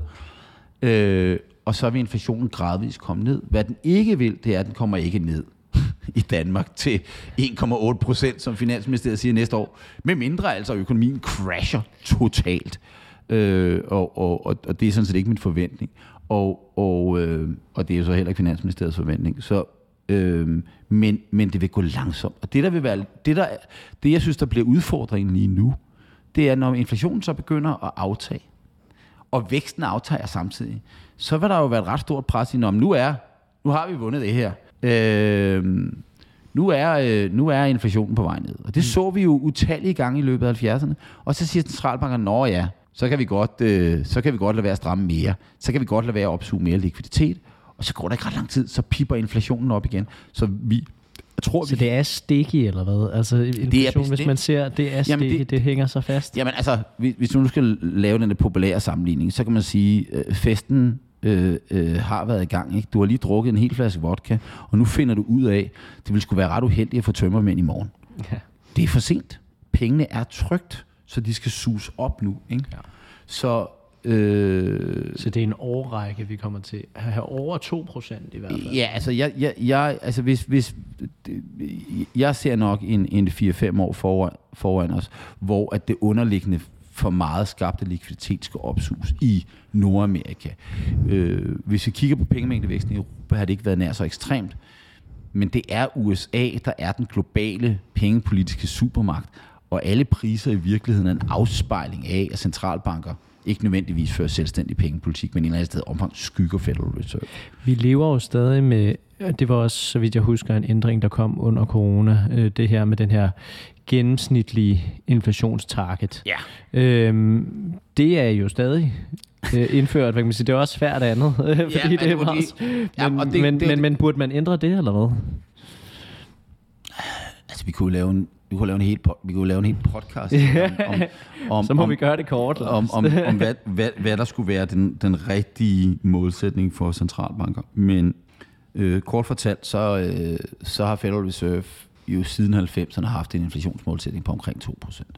Øh, og så vil inflationen gradvist komme ned. Hvad den ikke vil, det er, at den kommer ikke ned i Danmark til en komma otte procent, som Finansministeriet siger næste år. Med mindre altså økonomien crasher totalt. Øh, og, og, og det er sådan set ikke min forventning. Og, og, øh, og det er jo så heller ikke Finansministeriets forventning. Så, øh, men, men det vil gå langsomt. Og det, der vil være, det, der, det jeg synes, der bliver udfordringen lige nu, det er, når inflationen så begynder at aftage, og væksten aftager samtidig, så vil der jo være et ret stort pres i, når nu er, nu har vi vundet det her. Øh, nu, er, øh, nu er inflationen på vej ned. Og det mm. så vi jo utallige gange i løbet af halvfjerdserne. Og så siger centralbankerne, nå ja, så kan vi godt, øh, så kan vi godt lade være at stramme mere. Så kan vi godt lade være at opsuge mere likviditet. Og så går der ikke ret lang tid, så pipper inflationen op igen. Så vi jeg tror, så vi... det er sticky, eller hvad? Altså inflation, hvis man ser, det er sticky, det, det hænger sig fast. Jamen altså, hvis du nu skal lave den populære sammenligning, så kan man sige, øh, festen øh, øh, har været i gang. Ikke? Du har lige drukket en hel flaske vodka, og nu finder du ud af, det ville skulle være ret uheldigt at få tømmermænd i morgen. Ja. Det er for sent. Pengene er trygt, så de skal suges op nu. Ikke? Ja. Så... Øh, så det er en årrække, vi kommer til at have over to procent i hvert fald. Ja, altså jeg, jeg, jeg, altså hvis, hvis, jeg ser nok en, en fire til fem år foran, foran os, hvor at det underliggende for meget skabte likviditet skal opsuges i Nordamerika. Øh, hvis vi kigger på pengemængdevæksten i Europa, har det ikke været nær så ekstremt, men det er U S A, der er den globale pengepolitiske supermagt, og alle priser i virkeligheden er en afspejling af, at centralbanker ikke nødvendigvis fører selvstændig pengepolitik, men i en eller anden sted omfang skygger Federal Reserve. Vi lever jo stadig med, det var også, så vidt jeg husker, en ændring, der kom under corona, det her med den her gennemsnitlige inflationstarget. Ja. Øhm, det er jo stadig indført, hvad kan man sige, det er også svært andet, fordi ja, det er meget, men, ja, det, men, det, men, men burde man ændre det, eller hvad? Altså, vi kunne lave en Vi kunne lave en hel, vi kunne lave en hel podcast om, om, om, så må om, vi gøre det kort. Om, om, om hvad, hvad, hvad der skulle være den, den rigtige målsætning for centralbanker. Men øh, kort fortalt, så, øh, så har Federal Reserve jo siden halvfemserne haft en inflationsmålsætning på omkring to procent.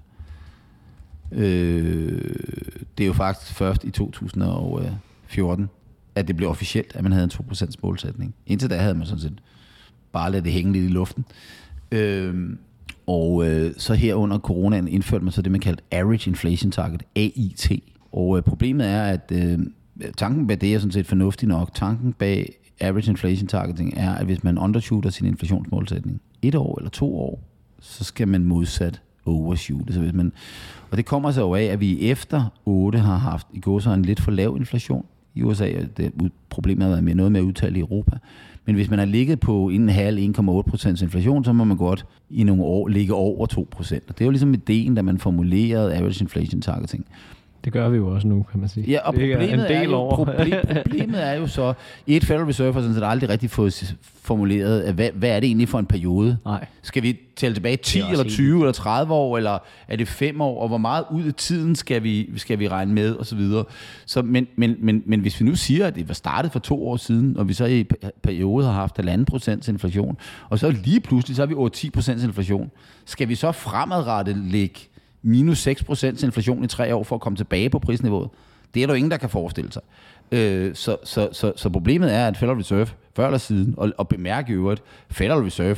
Øh, det er jo faktisk først i to tusind og fjorten, at det blev officielt, at man havde en to procent målsætning. Indtil da havde man sådan set bare ladet det hænge lidt i luften. Øh, Og øh, så her under coronaen indførte man så det, man kaldte Average Inflation Target, A I T. og øh, problemet er, at øh, tanken bag det er sådan set fornuftig nok. Tanken bag average inflation targeting er, at hvis man undershooter sin inflationsmålsætning et år eller to år, så skal man modsat overshoote. Så hvis man, og det kommer så jo af, at vi efter otte har haft i går så en lidt for lav inflation i U S A. Det, problemet har været med noget med at udtale i Europa. Men hvis man har ligget på en komma fem til en komma otte procent inflation, så må man godt i nogle år ligge over to procent. Og det er jo ligesom ideen, da man formulerede average inflation targeting. Det gør vi jo også nu, kan man sige. Ja, og problemet, en del er, jo, over. problem, problemet er jo så, et Federal Reserve har sådan set aldrig rigtig fået formuleret, hvad, hvad er det egentlig for en periode? Nej. Skal vi tælle tilbage ti eller tyve eller tredive år, eller er det fem år, og hvor meget ud af tiden skal vi, skal vi regne med, og så videre. Så, men, men, men, men hvis vi nu siger, at det var startet for to år siden, og vi så i periode har haft halvanden procent inflation, og så lige pludselig, så har vi over ti procent inflation, skal vi så fremadrettet ligge minus seks procent inflation i tre år for at komme tilbage på prisniveauet? Det er der jo ingen, der kan forestille sig. Øh, så, så, så, så problemet er, at Federal Reserve før eller siden, og, og bemærk i øvrigt, Federal Reserve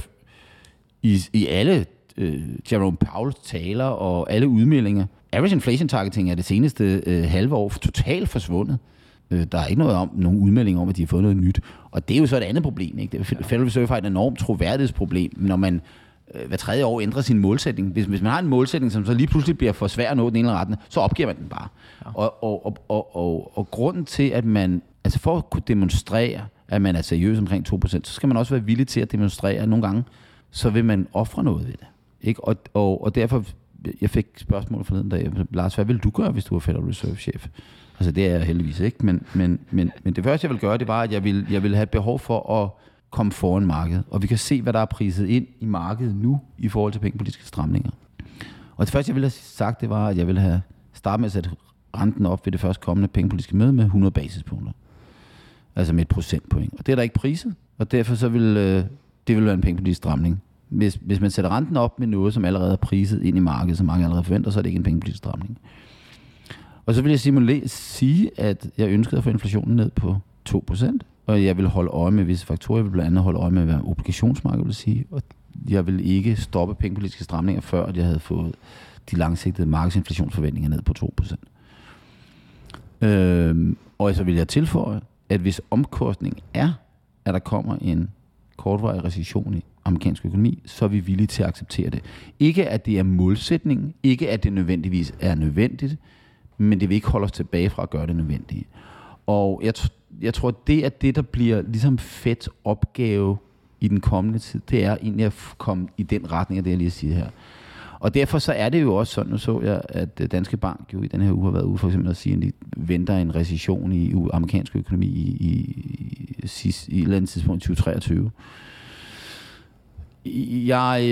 i, i alle øh, Jerome Powells taler og alle udmeldinger, average inflation targeting er det seneste øh, halve år totalt forsvundet. Øh, der er ikke noget om, nogen udmeldinger om, at de har fået noget nyt. Og det er jo så et andet problem. Ikke? Federal Reserve har et enormt troværdighedsproblem, når man hver tredje år ændrer sin målsætning. Hvis, hvis man har en målsætning, som så lige pludselig bliver for svær at nå den ene eller retning, så opgiver man den bare. Ja. Og, og, og, og, og, og grunden til, at man, altså for at kunne demonstrere, at man er seriøs omkring to procent, så skal man også være villig til at demonstrere, at nogle gange, så vil man ofre noget ved det. Ikke? Og, og, og derfor, jeg fik spørgsmål forleden dag, Lars, hvad vil du gøre, hvis du er Federal Reserve-chef? Altså det er jeg heldigvis ikke, men, men, men, men det første, jeg vil gøre, det var, at jeg vil, jeg vil have behov for at komme foran markedet, og vi kan se, hvad der er priset ind i markedet nu, i forhold til pengepolitiske stramninger. Og det første, jeg ville have sagt, det var, at jeg ville have startet med at sætte renten op ved det første kommende pengepolitiske møde med hundrede basispunkter. Altså med et procentpoint. Og det er der ikke priset, og derfor så vil øh, det vil være en pengepolitisk stramning. Hvis, hvis man sætter renten op med noget, som allerede er priset ind i markedet, som mange allerede forventer, så er det ikke en pengepolitisk stramning. Og så vil jeg simulere, sige, at jeg ønskede at få inflationen ned på to procent, og jeg vil holde øje med visse faktorer. Jeg vil blandt andet holde øje med, hvad obligationsmarkedet vil sige, og jeg vil ikke stoppe pengepolitiske stramninger, før jeg havde fået de langsigtede markedsinflationsforventninger ned på to procent. Øhm, og så vil jeg tilføje, at hvis omkostningen er, at der kommer en kortvarig recession i amerikansk økonomi, så er vi villige til at acceptere det. Ikke at det er målsætningen, ikke at det nødvendigvis er nødvendigt, men det vil ikke holde os tilbage fra at gøre det nødvendige. Og jeg, t- jeg tror, at det er det, der bliver ligesom Feds opgave i den kommende tid. Det er egentlig at komme i den retning af det, jeg lige siger her. Og derfor så er det jo også sådan, nu så jeg, at Danske Bank jo i den her uge har været ude for eksempel at sige, at de venter en recession i amerikansk økonomi i, i, i, i et eller andet tidspunkt tyve treogtyve. Jeg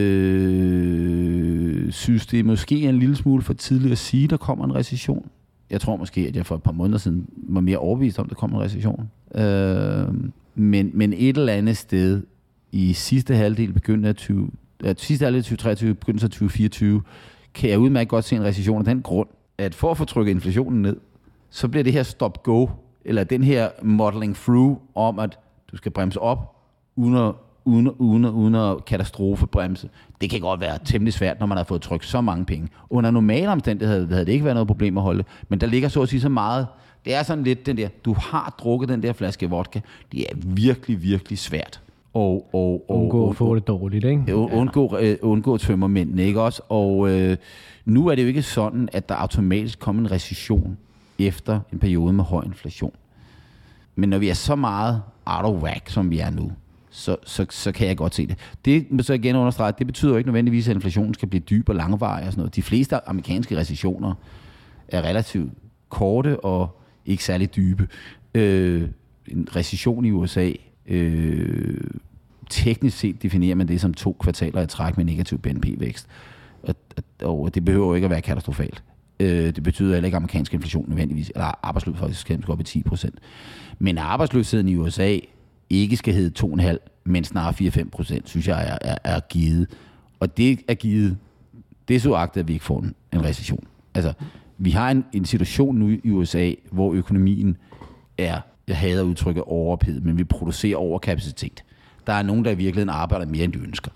øh, synes, det er måske en lille smule for tidligt at sige, at der kommer en recession. Jeg tror måske, at jeg for et par måneder siden var mere overbevist om, at der kommer en recession. Øh, men, men et eller andet sted i sidste halvdel begyndte af tyve, at sidste halvdel tyve treogtyve, begyndte af tyve fireogtyve, kan jeg udmærket godt se en recession af den grund, at for at få trykket inflationen ned, så bliver det her stop-go, eller den her modeling through om, at du skal bremse op, uden at, uden, uden, uden at katastrofebremse. Det kan godt være temmelig svært, når man har fået trykt så mange penge. Under normale omstændigheder havde det ikke været noget problem at holde, men der ligger så at sige så meget. Det er sådan lidt den der, du har drukket den der flaske vodka. Det er virkelig, virkelig svært. Og, og, og, undgå at få det dårligt, ikke? Undgå, øh, undgå tømmermændene, ikke også? Og øh, nu er det jo ikke sådan, at der automatisk kommer en recession efter en periode med høj inflation. Men når vi er så meget out of whack, som vi er nu, så, så, så kan jeg godt se det. Det må så igen understrege, det betyder jo ikke nødvendigvis, at inflationen skal blive dyb og langvarig og sådan noget. De fleste amerikanske recessioner er relativt korte og ikke særlig dybe. Øh, en recession i U S A, øh, teknisk set definerer man det som to kvartaler i træk med negativ B N P-vækst. Og, og det behøver jo ikke at være katastrofalt. Øh, det betyder heller ikke, at amerikansk inflation nødvendigvis, eller arbejdsløshed faktisk skal gå op i ti procent. Men arbejdsløsheden i U S A ikke skal hedde to komma fem, men snarere fire til fem procent, synes jeg er, er, er givet. Og det er givet, det er så agtet, at vi ikke får en, en recession. Altså, vi har en, en situation nu i U S A, hvor økonomien er, jeg hader udtrykket overophedet, men vi producerer overkapacitet. Der er nogen, der i virkeligheden arbejder mere, end de ønsker.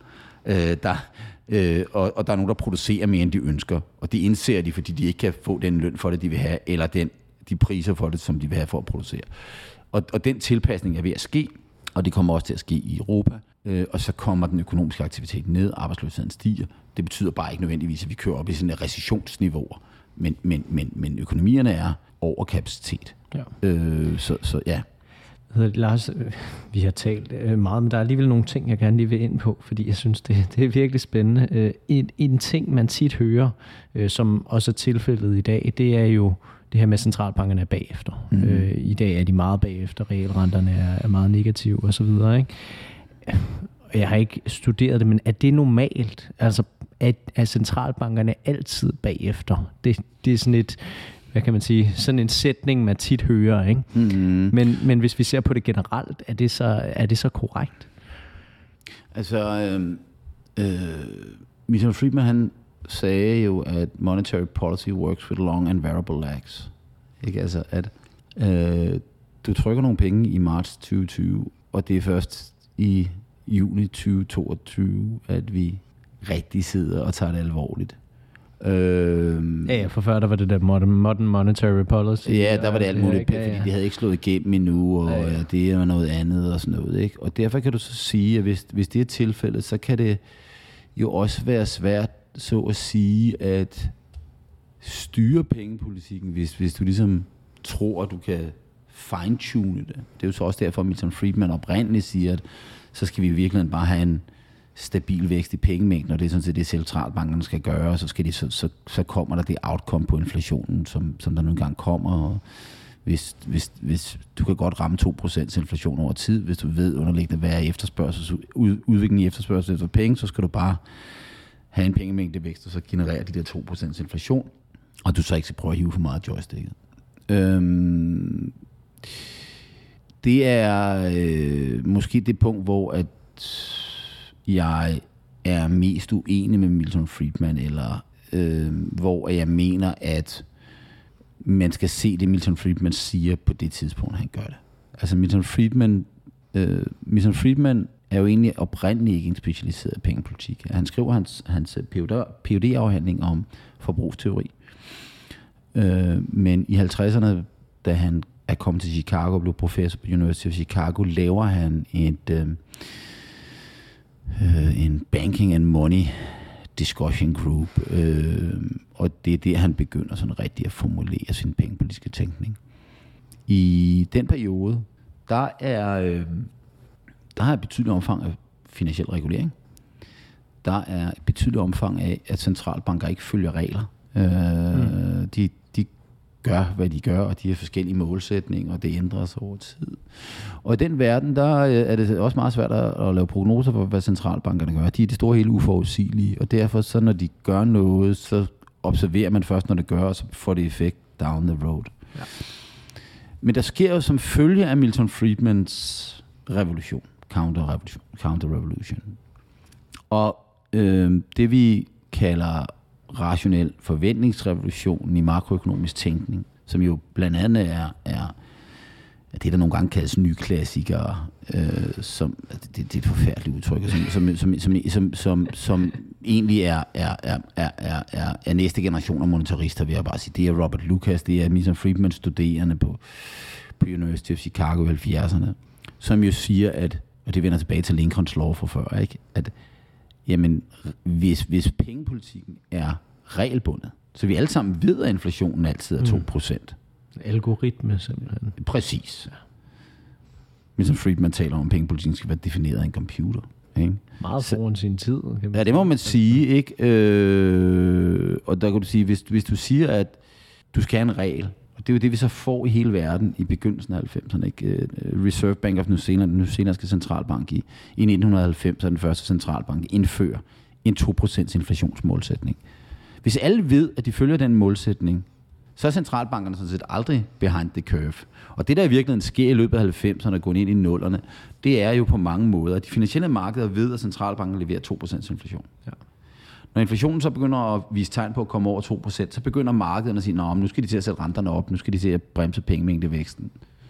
Øh, der, øh, og, og der er nogen, der producerer mere, end de ønsker. Og det indser de, fordi de ikke kan få den løn for det, de vil have, eller den, de priser for det, som de vil have for at producere. Og, og den tilpasning er ved at ske, og det kommer også til at ske i Europa. Øh, og så kommer den økonomiske aktivitet ned, arbejdsløsheden stiger. Det betyder bare ikke nødvendigvis, at vi kører op i sådan et recessionsniveauer. Men, men, men, men økonomierne er over kapacitet. Ja. Øh, så, så ja. Lars, vi har talt meget, men der er alligevel nogle ting, jeg gerne lige vil ind på, fordi jeg synes, det, det er virkelig spændende. En, en ting, man tit hører, som også er tilfældet i dag, det er jo det her med, centralbankerne er bagefter. Mm. I dag er de meget bagefter, realrenterne er, er meget negative osv. Jeg har ikke studeret det, men er det normalt? Altså, er, er centralbankerne altid bagefter? Det, det er sådan et... hvad kan man sige, sådan en sætning, man tit hører, ikke? Mm-hmm. Men, men hvis vi ser på det generelt, er det så, er det så korrekt? Altså, øh, øh, Milton Friedman, han sagde jo, at monetary policy works with long and variable lags. Ikke? Altså, at øh, du trykker nogle penge i marts tyve tyve, og det er først i juni tyve toogtyve, at vi rigtig sidder og tager det alvorligt. Øh, ja, for før der var det der modern, modern monetary policy. Ja, der var det alt muligt, fordi ja, ja. de havde ikke slået igennem endnu, og ja, ja. det var noget andet og sådan noget. Ikke? Og derfor kan du så sige, at hvis, hvis det er tilfældet, så kan det jo også være svært, så at sige, at styre pengepolitikken, hvis, hvis du ligesom tror, at du kan fine-tune det. Det er jo så også derfor, at Milton Friedman oprindeligt siger, at så skal vi i virkeligheden bare have en stabil vækst i pengemængden, og det er sådan set det, centralbankerne skal gøre, og så, skal de, så, så, så kommer der det outcome på inflationen, som, som der nogle gange kommer. Og hvis, hvis, hvis du kan godt ramme to procent inflation over tid, hvis du ved underliggende, hvad er efterspørgsel, ud, udviklingen i efterspørgsel efter penge, så skal du bare have en pengemængdevækst, og så generere de der to procent inflation, og du så ikke skal prøve at hive for meget joysticket. Øhm, det er øh, måske det punkt, hvor at jeg er mest uenig med Milton Friedman, eller øh, hvor jeg mener, at man skal se det, Milton Friedman siger på det tidspunkt, han gør det. Altså Milton Friedman, øh, Milton Friedman er jo egentlig oprindeligt ikke en specialiseret pengepolitik. Han skriver hans, hans P H D-afhandling om forbrugsteori. Øh, men i halvtredserne, da han er kommet til Chicago og blev professor på University of Chicago, laver han et... Øh, Uh, en banking and money discussion group, uh, og det er der, han begynder sådan rigtig at formulere sin pengepolitiske tænkning. I den periode, der er, uh, der er et betydeligt omfang af finansiel regulering. Der er et betydeligt omfang af, at centralbanker ikke følger regler. Uh, mm. de, de gør, hvad de gør, og de har forskellige målsætninger, og det ændrer sig over tid. Og i den verden, der er det også meget svært at lave prognoser for, hvad centralbankerne gør. De er det store hele uforudsigelige, og derfor, så når de gør noget, så observerer man først, når det gør, og så får det effekt down the road. Ja. Men der sker jo som følge af Milton Friedmans revolution, counter-revolution, counter-revolution. Og øh, det vi kalder rationel forventningsrevolution i makroøkonomisk tænkning, som jo blandt andet er, er det, der nogle gange kaldes nye klassikere, øh, som, det, det er et forfærdeligt udtryk, som, som, som, som, som, som, som egentlig er, er, er, er, er, er næste generation af monetarister, vil jeg bare sige. Det er Robert Lucas, det er Milton Friedman studerende på, på University of Chicago i halvfjerdserne, som jo siger, at, og det vender tilbage til Lincolns lov fra før, ikke? At jamen, hvis, hvis pengepolitikken er regelbundet, så vi alle sammen ved, at inflationen altid er to procent. Mm. Algoritme simpelthen. Præcis. Ja. Milton Friedman taler om, at pengepolitikken skal være defineret af en computer. Ikke? Meget foran sin tid. Kan ja, det må man sige. Ikke? Øh, og der kan du sige, hvis, hvis du siger, at du skal have en regel, og det er jo det, vi så får i hele verden i begyndelsen af halvfemserne. Ikke? Reserve Bank of New Zealand, den newzealandske centralbank, i, i nitten halvfems er den første centralbank, indfører en to procent inflationsmålsætning. Hvis alle ved, at de følger den målsætning, så er centralbankerne sådan set aldrig behind the curve. Og det, der i virkeligheden sker i løbet af halvfemserne og går ind i nullerne, det er jo på mange måder, at de finansielle markeder ved, at centralbanken leverer to procent inflation. Ja. Når inflationen så begynder at vise tegn på at komme over to procent, så begynder markederne at sige, nå, nu skal de til at sætte renterne op, nu skal de til at bremse pengemængdevæksten.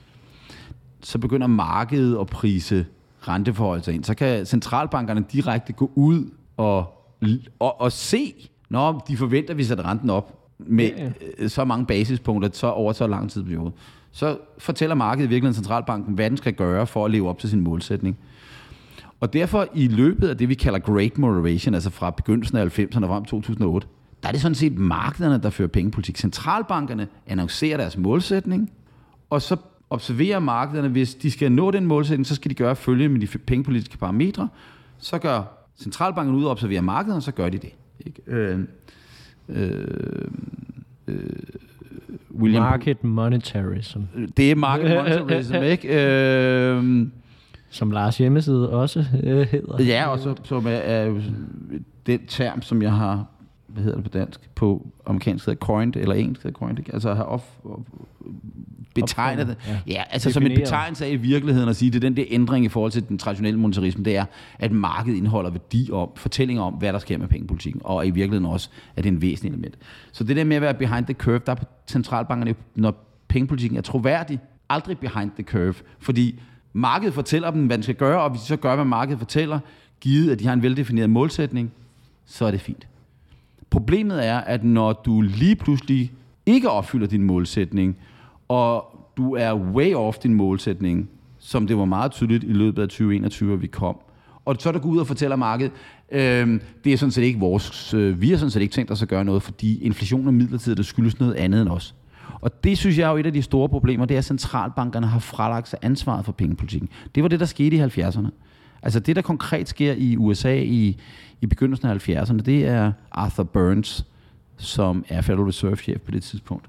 Så begynder markedet at prise renteforholdelser ind. Så kan centralbankerne direkte gå ud og, og, og se, når de forventer, at vi sætter renten op med ja, ja. så mange basispunkter så over så lang tid periode. Så fortæller markedet virkelig centralbanken, hvad den skal gøre for at leve op til sin målsætning. Og derfor i løbet af det, vi kalder Great Moderation, altså fra begyndelsen af halvfemserne frem til to tusind og otte, der er det sådan set markederne, der fører pengepolitik. Centralbankerne annoncerer deres målsætning, og så observerer markederne, hvis de skal nå den målsætning, så skal de gøre følge med de pengepolitiske parametre. Så gør centralbanken ud og observerer markederne, så gør de det. Ikke? Øh, øh, øh, William Market monetarism. Det er market monetarism, ikke? Øh, som Lars hjemmeside også øh, hedder. Ja, og så, som er, er den term, som jeg har, hvad hedder det på dansk, på amerikansk hedder coined, eller engelsk hedder coined, ikke? Altså har off, betegnet det. Ja, ja altså defineret. Som en betegnelse af i virkeligheden at sige, det er den der ændring i forhold til den traditionelle monetarisme, det er, at markedet indeholder værdi om, fortællinger om, hvad der sker med pengepolitikken, og i virkeligheden også, at det er en væsentlig element. Så det der med at være behind the curve, der er på centralbankerne, når pengepolitikken er troværdig, aldrig behind the curve, fordi markedet fortæller dem, hvad den skal gøre, og hvis de så gør, hvad markedet fortæller, givet at de har en veldefineret målsætning, så er det fint. Problemet er, at når du lige pludselig ikke opfylder din målsætning, og du er way off din målsætning, som det var meget tydeligt i løbet af tyve enogtyve, vi kom, og så er der går ud og fortæller markedet, øh, det er sådan set ikke vores, øh, vi har sådan set ikke tænkt os at gøre noget, fordi inflation og midlertidigt, der skyldes noget andet end os. Og det synes jeg er jo et af de store problemer, det er, at centralbankerne har fralagt sig ansvaret for pengepolitikken. Det var det, der skete i halvfjerdserne. Altså det, der konkret sker i U S A i, i begyndelsen af halvfjerdserne, det er Arthur Burns, som er Federal Reserve-chef på det tidspunkt,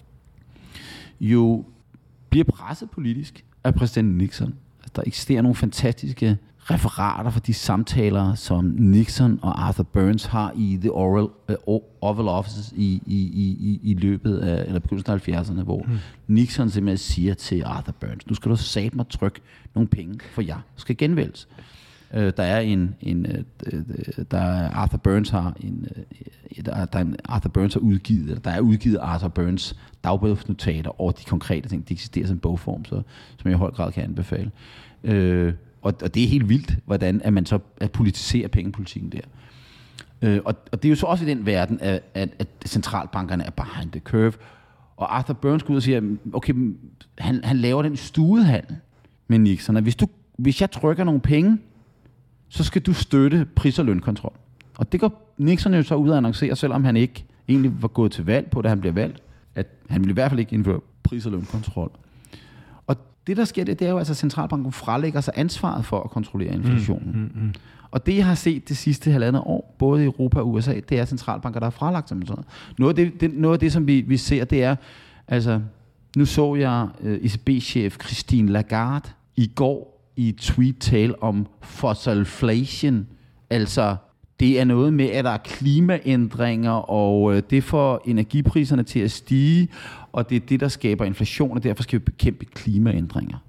jo bliver presset politisk af præsident Nixon. Altså, der eksisterer nogle fantastiske referater fra de samtaler, som Nixon og Arthur Burns har i The Oral, uh, Oval Office i, i, i, i løbet af, eller begyndelsen af halvfjerdserne, hvor mm. Nixon simpelthen siger til Arthur Burns, nu skal du sat mig trykke nogle penge, for jeg skal genvælges. Uh, der er en, en uh, der er Arthur Burns har en, uh, der, er, der er en Arthur Burns har udgivet, eller der er udgivet Arthur Burns dagbogsnotater over de konkrete ting, de eksisterer som bogform, så, som jeg i høj grad kan anbefale. Uh, Og, og det er helt vildt, hvordan at man så at politiserer pengepolitikken der. Øh, og, og det er jo så også i den verden, at, at, at centralbankerne er behind the curve. Og Arthur Burns går ud og siger, okay, han, han laver den studehandel med Nixon. Hvis, du, hvis jeg trykker nogle penge, så skal du støtte pris- og lønkontrol. Og det går Nixon jo så ud og annoncerer, selvom han ikke egentlig var gået til valg på, da han blev valgt, at han ville i hvert fald ikke indføre pris- og lønkontrol. Det, der sker, det, det er jo, altså, at centralbanken fralægger sig ansvaret for at kontrollere inflationen. Mm, mm, mm. Og det, jeg har set det sidste halvandet år, både i Europa og U S A, det er centralbanker, der har fralagt sig med sådan noget. Noget af det, det, noget af det som vi, vi ser, det er, altså, nu så jeg uh, E C B-chef Christine Lagarde i går i et tweet tale om fossilflation, altså det er noget med, at der er klimaændringer, og øh, det får energipriserne til at stige, og det er det, der skaber inflation, og derfor skal vi bekæmpe klimaændringer.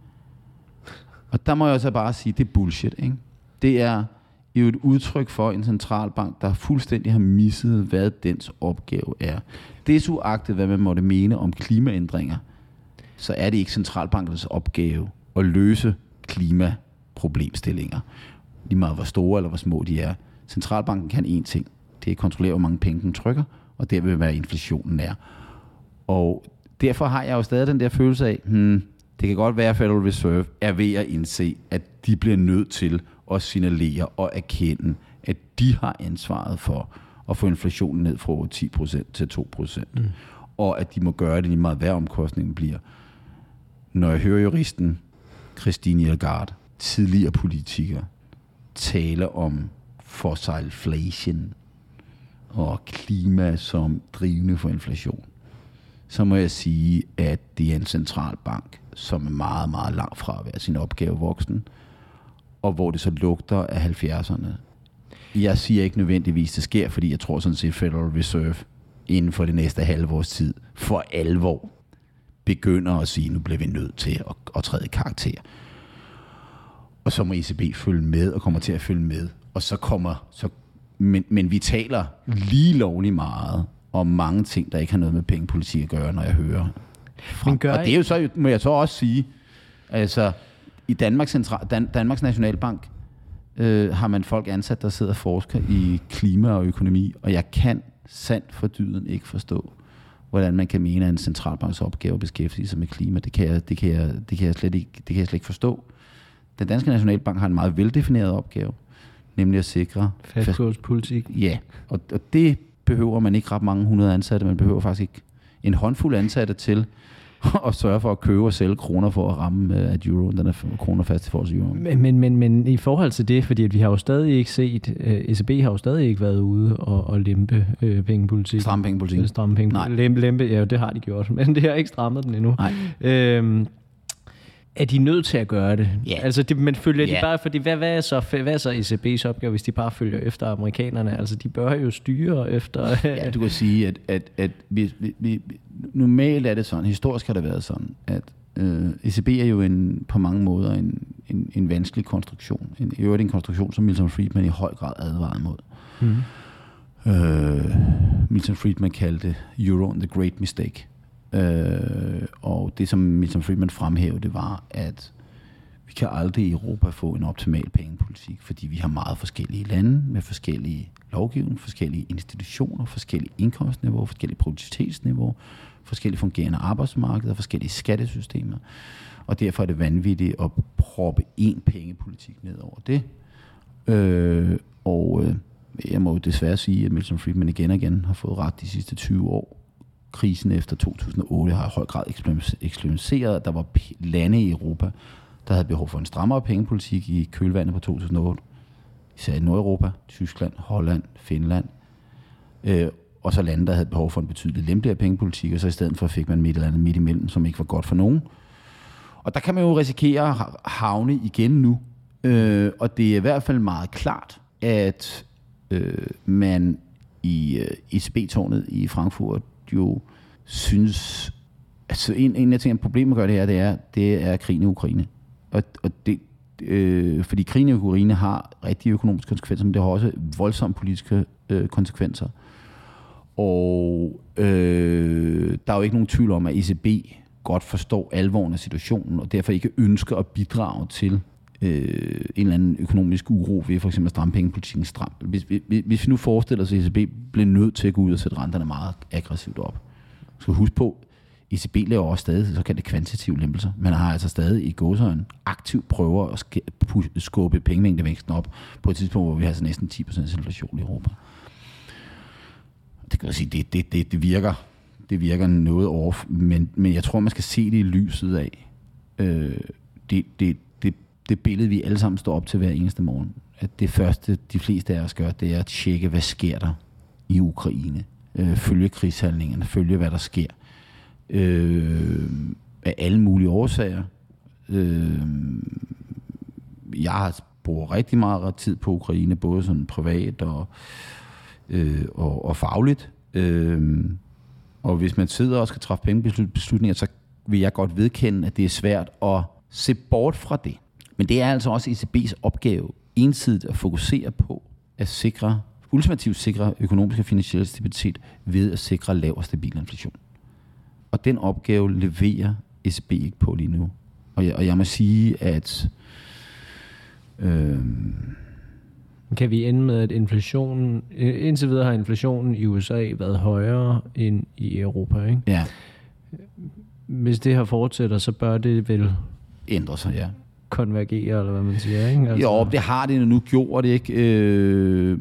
Og der må jeg også bare sige, det er bullshit, ikke? Det er jo et udtryk for en centralbank, der fuldstændig har misset, hvad dens opgave er. Desuagtet, hvad man måtte mene om klimaændringer, så er det ikke centralbankens opgave at løse klimaproblemstillinger. Lige meget hvor store eller hvor små de er. Centralbanken kan én ting. Det er at kontrollere, hvor mange penge den trykker, og det vil være, hvad inflationen er. Og derfor har jeg jo stadig den der følelse af, hmm, det kan godt være, at Federal Reserve er ved at indse, at de bliver nødt til at signalere og erkende, at de har ansvaret for at få inflationen ned fra ti procent til to procent. Mm. Og at de må gøre det lige meget, hvad omkostningen bliver. Når jeg hører juristen Christine Lagarde, tidligere politiker, tale om fossilflation og klima som drivende for inflation, så må jeg sige, at det er en centralbank, som er meget, meget langt fra at være sin opgave voksen, og hvor det så lugter af halvfjerdserne. Jeg siger ikke nødvendigvis, det sker, fordi jeg tror sådan set Federal Reserve inden for det næste halve års tid for alvor begynder at sige, nu bliver vi nødt til at, at træde i karakter. Og så må E C B følge med og kommer til at følge med. Og så kommer, så, men, men vi taler lige lovligt meget om mange ting, der ikke har noget med pengepolitik at gøre, når jeg hører. Men gør og det er jo så, må jeg så også sige, altså i Danmarks, Central, Dan, Danmarks Nationalbank, øh, har man folk ansat, der sidder og forsker i klima og økonomi, og jeg kan sandt for dyden ikke forstå, hvordan man kan mene, at en centralbanks opgave at beskæftige sig med klima. Det kan jeg, det kan jeg, det kan jeg, slet, ikke, det kan jeg slet ikke forstå. Den danske Nationalbank har en meget veldefineret opgave, nemlig at sikre fastkurspolitik. Ja, og, og det behøver man ikke ret mange hundrede ansatte, man behøver faktisk ikke en håndfuld ansatte til at sørge for at købe og sælge kroner for at ramme, at euroen, den er kroner fast i forhold til euroen. Men, men, men, men i forhold til det, fordi at vi har jo stadig ikke set, E C B har jo stadig ikke været ude og, og lempe øh, pengepolitik. Stramme pengepolitik. Stramme pengepolitik. Lempe, lempe, ja, det har de gjort, men det har ikke strammet den endnu. Nej. Øhm, er de nødt til at gøre det? Ja. Altså, det, men følger ja. de bare, fordi hvad, hvad, er så, hvad er så E C B's opgave, hvis de bare følger efter amerikanerne? Altså, de bør jo styre efter... Ja, du kan sige, at, at, at vi, vi, vi, normalt er det sådan, historisk har det været sådan, at øh, E C B er jo en, på mange måder en, en, en vanskelig konstruktion. En, I øvrigt en konstruktion, som Milton Friedman i høj grad advarede mod. Mm. Øh, Milton Friedman kaldte Euroen the great mistake. Øh, og det som Milton Friedman fremhævede, det var, at vi kan aldrig i Europa få en optimal pengepolitik, fordi vi har meget forskellige lande med forskellige lovgivning, forskellige institutioner, forskellige indkomstniveau, forskellige produktivitetsniveau, forskellige fungerende arbejdsmarkeder, forskellige skattesystemer. Og derfor er det vanvittigt at proppe én pengepolitik ned over det. Øh, og øh, jeg må jo desværre sige, at Milton Friedman igen og igen har fået ret de sidste tyve år. Krisen efter to tusind og otte har i høj grad eksperimenteret, at der var lande i Europa, der havde behov for en strammere pengepolitik i kølvandet på to tusind og otte. Især i Nordeuropa, Tyskland, Holland, Finland. Øh, og så lande, der havde behov for en betydelig lempeligere pengepolitik, og så i stedet for fik man midt eller andet midt imellem, som ikke var godt for nogen. Og der kan man jo risikere at havne igen nu. Øh, og det er i hvert fald meget klart, at øh, man i øh, E C B-tårnet i Frankfurt jo synes, altså en, en af tingene, problemet gør det her, det er, det er krigen i Ukraine. Og, og det, øh, fordi krigen i Ukraine har rigtige økonomiske konsekvenser, men det har også voldsomme politiske øh, konsekvenser. Og øh, der er jo ikke nogen tvivl om, at E C B godt forstår alvoren af situationen, og derfor ikke ønsker at bidrage til øh, en eller anden økonomisk uro ved for eksempel at stramme pengepolitikken stram. Hvis, hvis, hvis vi nu forestiller os, at E C B bliver nødt til at gå ud og sætte renterne meget aggressivt op. Så skal huske på, E C B laver også stadig såkaldte kvantitative lempelser. Man har altså stadig i gåseøjne aktivt prøver at skubbe pengemængdevæksten op på et tidspunkt, hvor vi har så næsten ti procent inflation i Europa. Det kan jeg sige, det, det, det, det virker. Det virker noget off, men, men jeg tror, man skal se det i lyset af øh, det, det, det, det billede, vi alle sammen står op til hver eneste morgen. At det første, de fleste af os gør, det er at tjekke, hvad sker der i Ukraine. Øh, følge krigshandlingerne, følge, hvad der sker. Øh, af alle mulige årsager. Øh, jeg har brugt rigtig meget tid på Ukraine, både sådan privat og, øh, og, og fagligt. Øh, og hvis man sidder og skal træffe pengebeslutninger, så vil jeg godt vedkende, at det er svært at se bort fra det. Men det er altså også E C B's opgave ensidigt at fokusere på at sikre, ultimativt sikre økonomisk og finansiel stabilitet ved at sikre lav og stabil inflation. Og den opgave leverer E C B ikke på lige nu. Og jeg, og jeg må sige, at øh, kan vi ende med, at inflationen, indtil videre har inflationen i U S A været højere end i Europa, ikke? Ja. Hvis det her fortsætter, så bør det vel ændre sig, ja. Konvergere, eller hvad man siger, ikke? Altså... Jo, det har det nu gjort, ikke? Øh,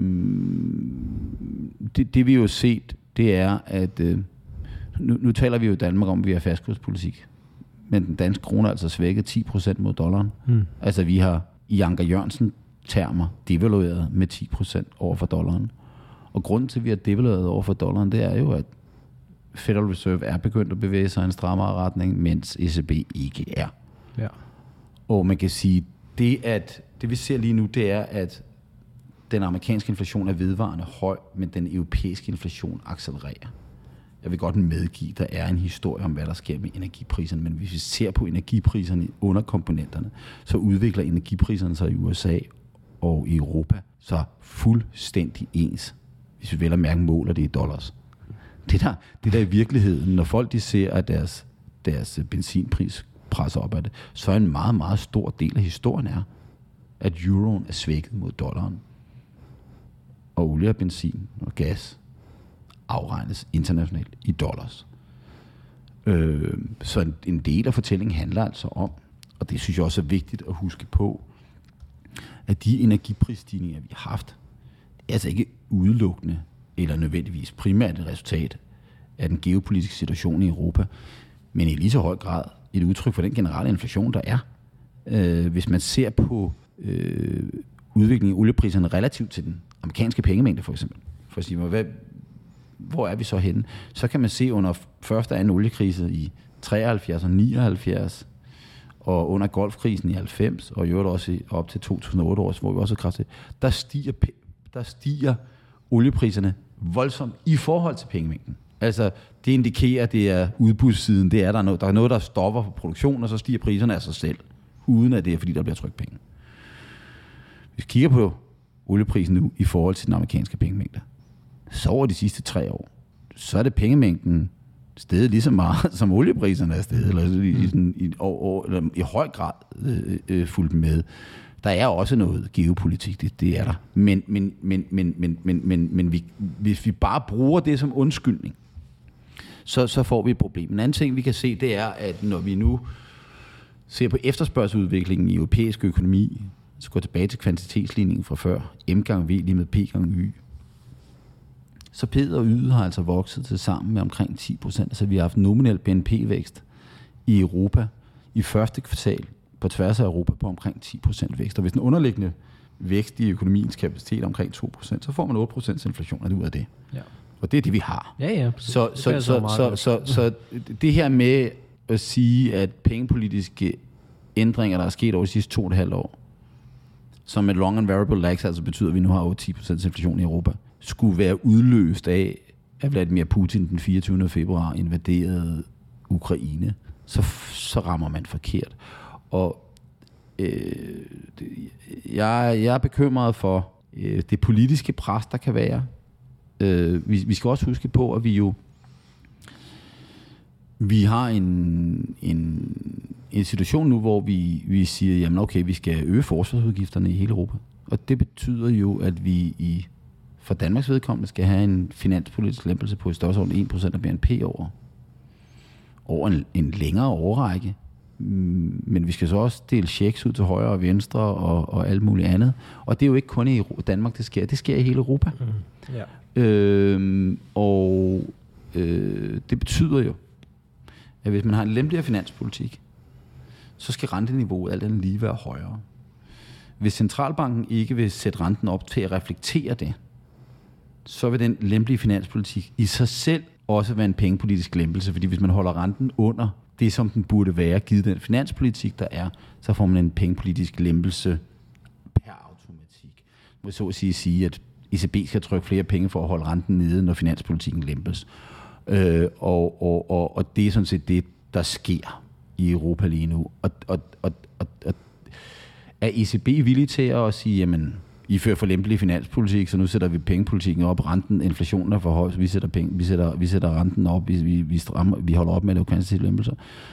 det, det vi jo har set, det er, at øh, nu, nu taler vi jo i Danmark om, at vi har fastkurspolitik. Men den danske krone er altså svækket ti procent mod dollaren. Hmm. Altså vi har i Anker Jørgensen termer devalueret med ti procent over for dollaren. Og grunden til, at vi har devalueret over for dollaren, det er jo, at Federal Reserve er begyndt at bevæge sig i en strammere retning, mens E C B ikke er. Ja. Og man kan sige, det, at, det vi ser lige nu, det er, at den amerikanske inflation er vedvarende høj, men den europæiske inflation accelererer. Jeg vil godt medgive, der er en historie om, hvad der sker med energipriserne, men hvis vi ser på energipriserne under komponenterne, så udvikler energipriserne sig i U S A og i Europa så fuldstændig ens, hvis vi vel at mærke måler det i dollars. Det der, det der i virkeligheden, når folk de ser, at deres, deres benzinpris presser op af det, så er en meget, meget stor del af historien er, at euroen er svækket mod dollaren, og olie, benzin og gas afregnes internationalt i dollars. Øh, så en, en del af fortællingen handler altså om, og det synes jeg også er vigtigt at huske på, at de energiprisstigninger, vi har haft, er altså ikke udelukkende eller nødvendigvis primært et resultat af den geopolitiske situation i Europa, men i lige så høj grad et udtryk for den generelle inflation, der er. Øh, hvis man ser på øh, udviklingen i oliepriserne relativt til den amerikanske pengemængde for eksempel, for at sige, hvad, hvor er vi så henne, så kan man se under første og anden oliekrise i treoghalvfjerds og nioghalvfjerds, og under golfkrisen i halvfems, og i øvrigt også op til to tusind og otte år, hvor vi også er kraftigt, der stiger, der stiger oliepriserne voldsomt i forhold til pengemængden. Altså, det indikerer, at det er udbudssiden, det er der noget, der er noget, der stopper for produktion, og så stiger priserne af sig selv, uden at det er, fordi der bliver trykt penge. Hvis vi kigger på olieprisen nu i forhold til den amerikanske pengemængde, så over de sidste tre år, så er det pengemængden steget lige så meget, som oliepriserne er steget, eller i, sådan, i, og, eller i høj grad øh, øh, fulgt med. Der er også noget geopolitik, det, det er der. Men, men, men, men, men, men, men, men vi, hvis vi bare bruger det som undskyldning, så, så får vi et problem. En anden ting, vi kan se, det er, at når vi nu ser på efterspørgselsudviklingen i europæisk økonomi, så går tilbage til kvantitetsligningen fra før, M gange V lige med P gange Y, så P og Y har altså vokset til sammen med omkring ti procent. Altså vi har haft nominel B N P-vækst i Europa i første kvartal på tværs af Europa på omkring ti procent vækst. Og hvis den underliggende vækst i økonomiens kapacitet er omkring to procent, så får man otte procent inflation ud af det. Ja. Og det er det, vi har. Ja, ja. Så, så, så, så, så, så, så det her med at sige, at pengepolitiske ændringer, der er sket over de sidste to og et halvt år, som med long and variable lags, altså betyder, at vi nu har over ti procent inflation i Europa, skulle være udløst af, at Vladimir Putin den fireogtyvende februar invaderede Ukraine, så, så rammer man forkert. Og øh, jeg, jeg er bekymret for øh, det politiske pres, der kan være. Øh, vi, vi skal også huske på, at vi jo vi har en, en, en situation nu, hvor vi, vi siger, jamen okay, vi skal øge forsvarsudgifterne i hele Europa. Og det betyder jo, at vi i for Danmarks vedkommende skal have en finanspolitisk lempelse på i størrelsesorden en procent af B N P over, over en, en længere årrække. Men vi skal så også dele checks ud til højre og venstre og, og alt muligt andet. Og det er jo ikke kun i Danmark, det sker. Det sker i hele Europa. Mm. Ja. Øhm, og øh, det betyder jo, at hvis man har en lempeligere finanspolitik, så skal renteniveauet alt andet lige være højere. Hvis centralbanken ikke vil sætte renten op til at reflektere det, så vil den lempelige finanspolitik i sig selv også være en pengepolitisk lempelse, fordi hvis man holder renten under det, som den burde være, givet den finanspolitik, der er, så får man en pengepolitisk lempelse per automatik. Må så at sige, sige, at E C B skal trykke flere penge for at holde renten nede, når finanspolitikken lempes. Øh, og, og, og, og det er sådan set det, der sker i Europa lige nu. Og, og, og, og, og er E C B villig til at sige, jamen, I fører for lempelig finanspolitik, så nu sætter vi pengepolitikken op, renten, inflationen er for høj, så vi sætter, penge, vi sætter, vi sætter renten op, vi, vi, vi, strammer, vi holder op med at lave kvantitative lempelser.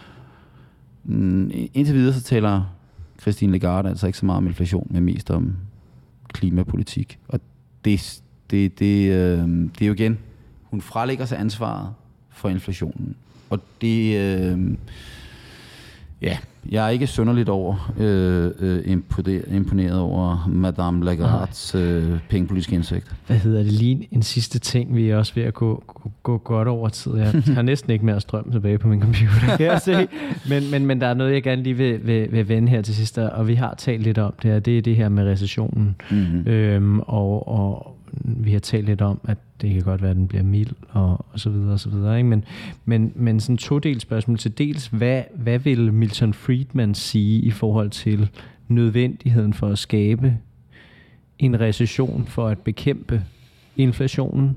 Mm, indtil videre så taler Christine Lagarde altså ikke så meget om inflation, men mest om klimapolitik. Og det, det, det, øh, det er jo igen, hun fralægger sig ansvaret for inflationen. Og det... Øh, Ja, jeg er ikke synderligt over øh, øh, imponeret over Madame Lagardes øh, pengepolitiske indsigt. Hvad hedder det lige en sidste ting, vi er også ved at gå, gå, gå godt over tid. Jeg har næsten ikke mere strøm tilbage på min computer, kan jeg se. Men, men, men der er noget, jeg gerne lige vil, vil, vil vende her til sidst, og vi har talt lidt om det her. Det er det her med recessionen. Mm-hmm. Øhm, og, og vi har talt lidt om, at det kan godt være, at den bliver mild, og, og så videre, og så videre. Ikke? Men, men, men sådan to dels spørgsmål til dels, hvad, hvad vil Milton Friedman sige i forhold til nødvendigheden for at skabe en recession for at bekæmpe inflationen?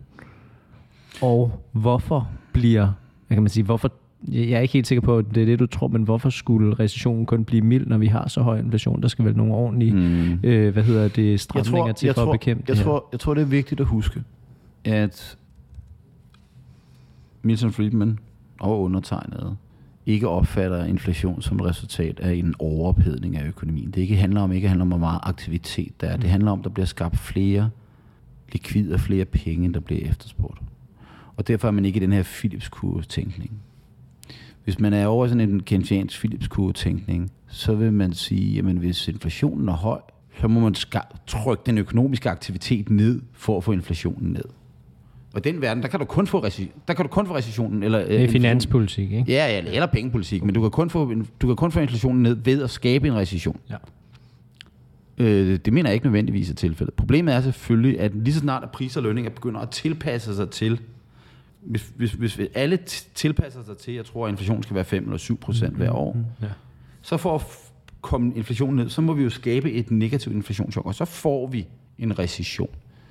Og hvorfor bliver, hvad kan man sige, hvorfor, jeg er ikke helt sikker på, at det er det, du tror, men hvorfor skulle recessionen kun blive mild, når vi har så høj inflation? Der skal vel nogle ordentlige, mm. øh, hvad hedder det, stramninger tror, til for tror, at bekæmpe jeg det tror, jeg tror, det er vigtigt at huske, at Milton Friedman og undertegnede ikke opfatter inflation som et resultat af en overophedning af økonomien. Det ikke handler om, ikke handler om, hvor meget aktivitet der er. Det handler om, at der bliver skabt flere likvid og flere penge, end der bliver efterspurgt. Og derfor er man ikke i den her Philips-kurve-tænkning. Hvis man er over i sådan en keynesiansk Philips-kurve-tænkning, så vil man sige, at hvis inflationen er høj, så må man ska- trykke den økonomiske aktivitet ned for at få inflationen ned. Og i den verden, der kan du kun få, reci- der kan du kun få recessionen. Eller, det er finanspolitik, ikke? Ja, eller, eller pengepolitik, men du kan, kun få, du kan kun få inflationen ned ved at skabe en recession. Ja. Øh, det mener jeg ikke nødvendigvis er tilfældet. Problemet er selvfølgelig, at lige så snart at priser og lønninger begynder at tilpasse sig til, hvis, hvis, hvis alle t- tilpasser sig til, jeg tror, at inflationen skal være fem eller syv procent hver år, mm-hmm. ja. så for at f- komme inflationen ned, så må vi jo skabe et negativt inflationschok, og så får vi en recession.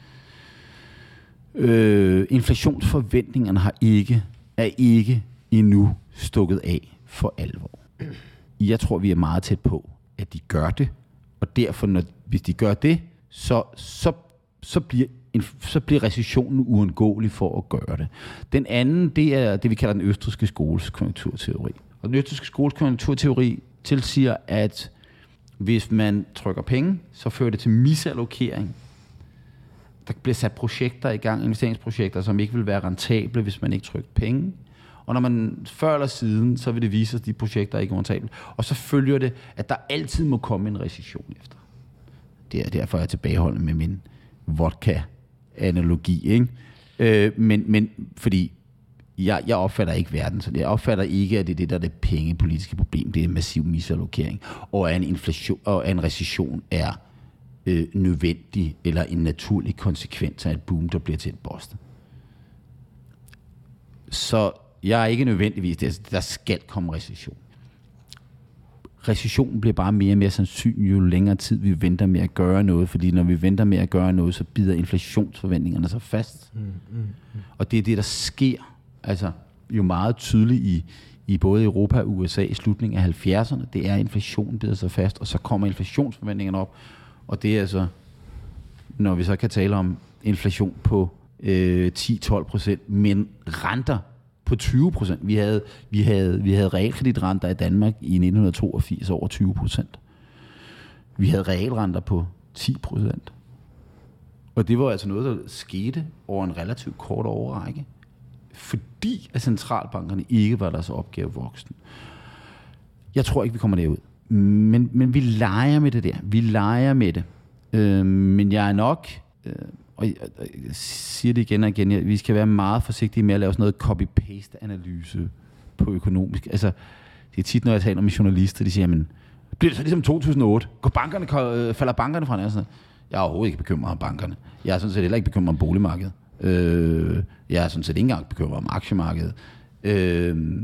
Øh, inflationsforventningerne har ikke, er ikke endnu stukket af for alvor. Jeg tror, vi er meget tæt på, at de gør det, og derfor, når, hvis de gør det, så, så, så, bliver, så bliver recessionen uundgåelig for at gøre det. Den anden, det er det, vi kalder den østrigske skoles konjunkturteori. Og den østrigske skoles konjunkturteori tilsiger, at hvis man trykker penge, så fører det til misallokering. Der bliver sat projekter i gang, investeringsprojekter, som ikke vil være rentable, hvis man ikke trykker penge. Og når man før eller siden, så vil det vise sig, at de projekter er ikke rentable. Og så følger det, at der altid må komme en recession efter. Det er derfor, jeg er tilbageholdende med min vodka-analogi. Ikke? Øh, men, men fordi jeg, jeg opfatter ikke verden, så jeg opfatter ikke, at det er det, der er det pengepolitiske problem. Det er massiv misallokering. Og at en, inflation, og en recession er øh, nødvendig, eller en naturlig konsekvens af et boom, der bliver til et bust. Så jeg er ikke nødvendigvis, der skal komme recession. Recessionen bliver bare mere og mere sandsynlig, jo længere tid vi venter med at gøre noget, fordi når vi venter med at gøre noget, så bider inflationsforventningerne sig fast. Mm, mm, mm. Og det er det, der sker, altså jo meget tydeligt i, i både Europa og U S A i slutningen af halvfjerdserne, det er, at inflationen bider sig fast, og så kommer inflationsforventningerne op, og det er altså, når vi så kan tale om inflation på øh, ti til tolv procent, men renter på tyve procent. Vi havde, vi havde, vi havde realkreditrenter i Danmark i nitten toogfirs over tyve procent. Vi havde realrenter på ti procent. Og det var altså noget, der skete over en relativt kort overrække, fordi at centralbankerne ikke var deres opgave voksen. Jeg tror ikke, vi kommer derud. Men, men vi leger med det der. Vi leger med det. Øh, men jeg er nok... Øh, og jeg, jeg siger det igen og igen, jeg, vi skal være meget forsigtige med at lave sådan noget copy-paste-analyse på økonomisk. Altså, det er tit, når jeg taler med journalister, de siger, men bliver det så ligesom to tusind og otte? Går bankerne, falder bankerne fra næsten? Jeg er overhovedet ikke bekymret om bankerne. Jeg er sådan set heller ikke bekymret om boligmarkedet. Øh, jeg er sådan set ikke engang bekymret om aktiemarkedet. Øh,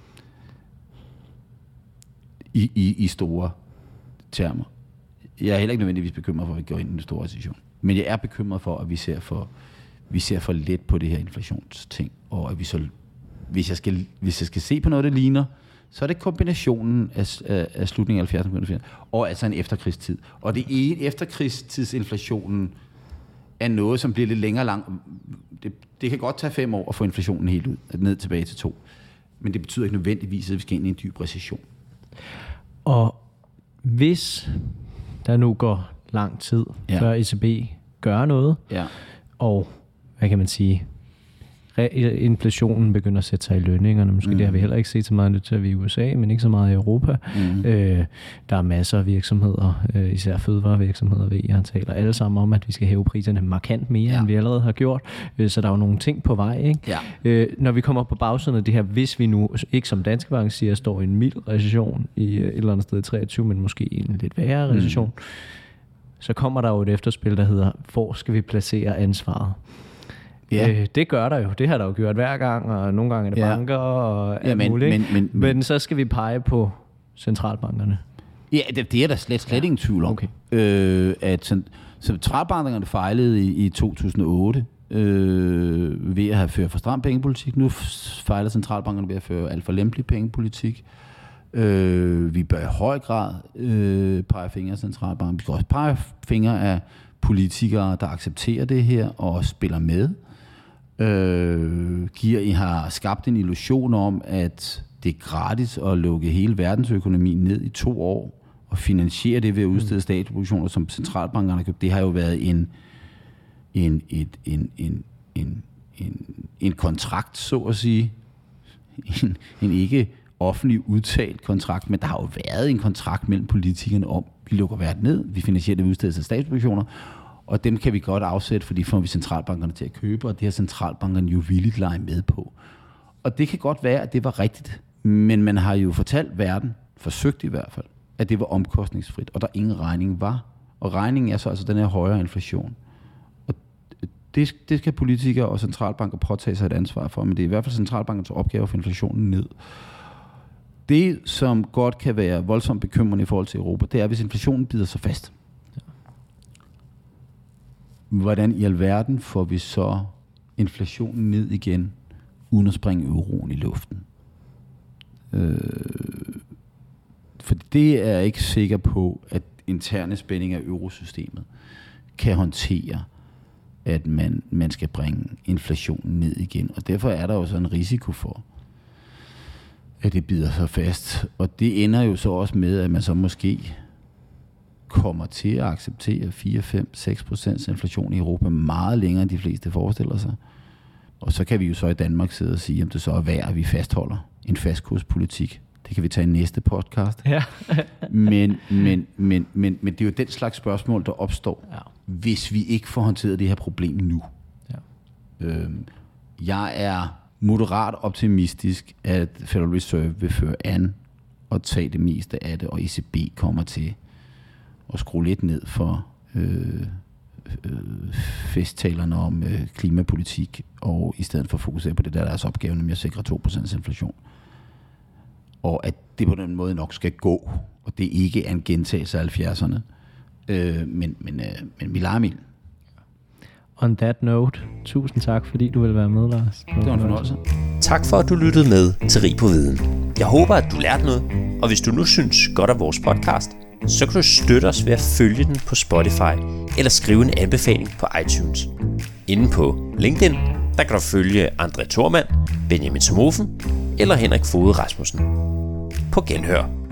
i, i, I store termer. Jeg er heller ikke nødvendigvis bekymret for, at vi går ind i den store recession. Men jeg er bekymret for, at vi ser for, vi ser for let på det her inflationsting, og at vi så, hvis jeg skal, hvis jeg skal se på noget, der ligner, så er det kombinationen af, af, af slutningen af halvfjerdserne og altså en efterkrigstid. Og det ene efterkrigstidsinflationen er noget, som bliver lidt længere lang. Det, det kan godt tage fem år at få inflationen helt ud, ned tilbage til to. Men det betyder ikke nødvendigvis, at vi skal ind i en dyb recession. Og hvis der nu går lang tid, ja. før E C B gør noget, ja. og hvad kan man sige, inflationen begynder at sætte sig i lønningerne. Måske mm. det har vi heller ikke set så meget nyt til i U S A, men ikke så meget i Europa. Mm. Øh, der er masser af virksomheder, øh, især fødevarevirksomheder, ved jeg taler alle sammen om, at vi skal hæve priserne markant mere, ja. end vi allerede har gjort. Øh, så der er jo nogle ting på vej. Ikke? Ja. Øh, når vi kommer på bagsiden af det her, hvis vi nu, ikke som Danske Bank siger, står i en mild recession i et eller andet sted i treogtyve, men måske i en lidt værre recession, mm. så kommer der jo et efterspil, der hedder, hvor skal vi placere ansvaret? Ja. Øh, det gør der jo. Det har der jo gjort hver gang, og nogle gange er det ja. banker og alt ja, men, muligt. Men, men, men, men så skal vi pege på centralbankerne. Ja, det, det er der slet, slet ja. ingen tvivl om. Okay. Øh, at centralbankerne fejlede i, i to tusind og otte øh, ved at have ført for stram pengepolitik. Nu fejler centralbankerne ved at føre alt for lempelig pengepolitik. Øh, vi bør i høj grad øh, pege fingre af centralbanken. Vi skal også pege fingre af politikere, der accepterer det her og spiller med. Øh, giver, I har skabt en illusion om, at det er gratis at lukke hele verdensøkonomien ned i to år og finansiere det ved at udstede statsobligationer, som centralbankerne køber. Det har jo været en, en, et, en, en, en, en, en kontrakt, så at sige. En, en ikke offentlig udtalt kontrakt, men der har jo været en kontrakt mellem politikerne om, vi lukker verden ned, vi finansierer det ved udstedelse af statsobligationer, og dem kan vi godt afsætte, fordi får vi centralbankerne til at købe, og det har centralbankerne jo villigt lege med på. Og det kan godt være, at det var rigtigt, men man har jo fortalt verden, forsøgt i hvert fald, at det var omkostningsfrit, og der ingen regning var. Og regningen er så altså den her højere inflation. Og det, det skal politikere og centralbanker påtage sig et ansvar for, men det er i hvert fald centralbankens opgave at få inflationen ned. Det, som godt kan være voldsomt bekymrende i forhold til Europa, det er, hvis inflationen bider sig fast. Hvordan i alverden får vi så inflationen ned igen, uden at springe euroen i luften? Øh, for det er jeg ikke sikker på, at interne spændinger af eurosystemet kan håndtere, at man, man skal bringe inflationen ned igen. Og derfor er der jo så en risiko for, at det bider sig fast. Og det ender jo så også med, at man så måske kommer til at acceptere fire, fem, seks procent inflation i Europa meget længere, end de fleste forestiller sig. Og så kan vi jo så i Danmark sidde og sige, om det så er værd, at vi fastholder en fastkurspolitik. Det kan vi tage i næste podcast. Ja. men, men, men, men, men det er jo den slags spørgsmål, der opstår, ja. hvis vi ikke får håndteret det her problem nu. Ja. Øhm, jeg er moderat optimistisk, at Federal Reserve vil føre an og tage det meste af det, og E C B kommer til at skrue lidt ned for øh, øh, festtalerne om øh, klimapolitik, og i stedet for at fokusere på det, der er deres opgave, nemlig at sikre to procent inflation. Og at det på den måde nok skal gå, og det ikke er en gentagelse af halvfjerdserne. Øh, men, men, øh, men vi leger Emil. On that note, tusind tak, fordi du vil være med, Lars. Det var en fornøjelse. Tak for, at du lyttede med til Rig på Viden. Jeg håber, at du lærte noget, og hvis du nu synes godt af vores podcast, så kan du støtte os ved at følge den på Spotify, eller skrive en anbefaling på iTunes. Inde på LinkedIn, der kan du følge André Thormand, Benjamin Somofen eller Henrik Foged Rasmussen. På genhør.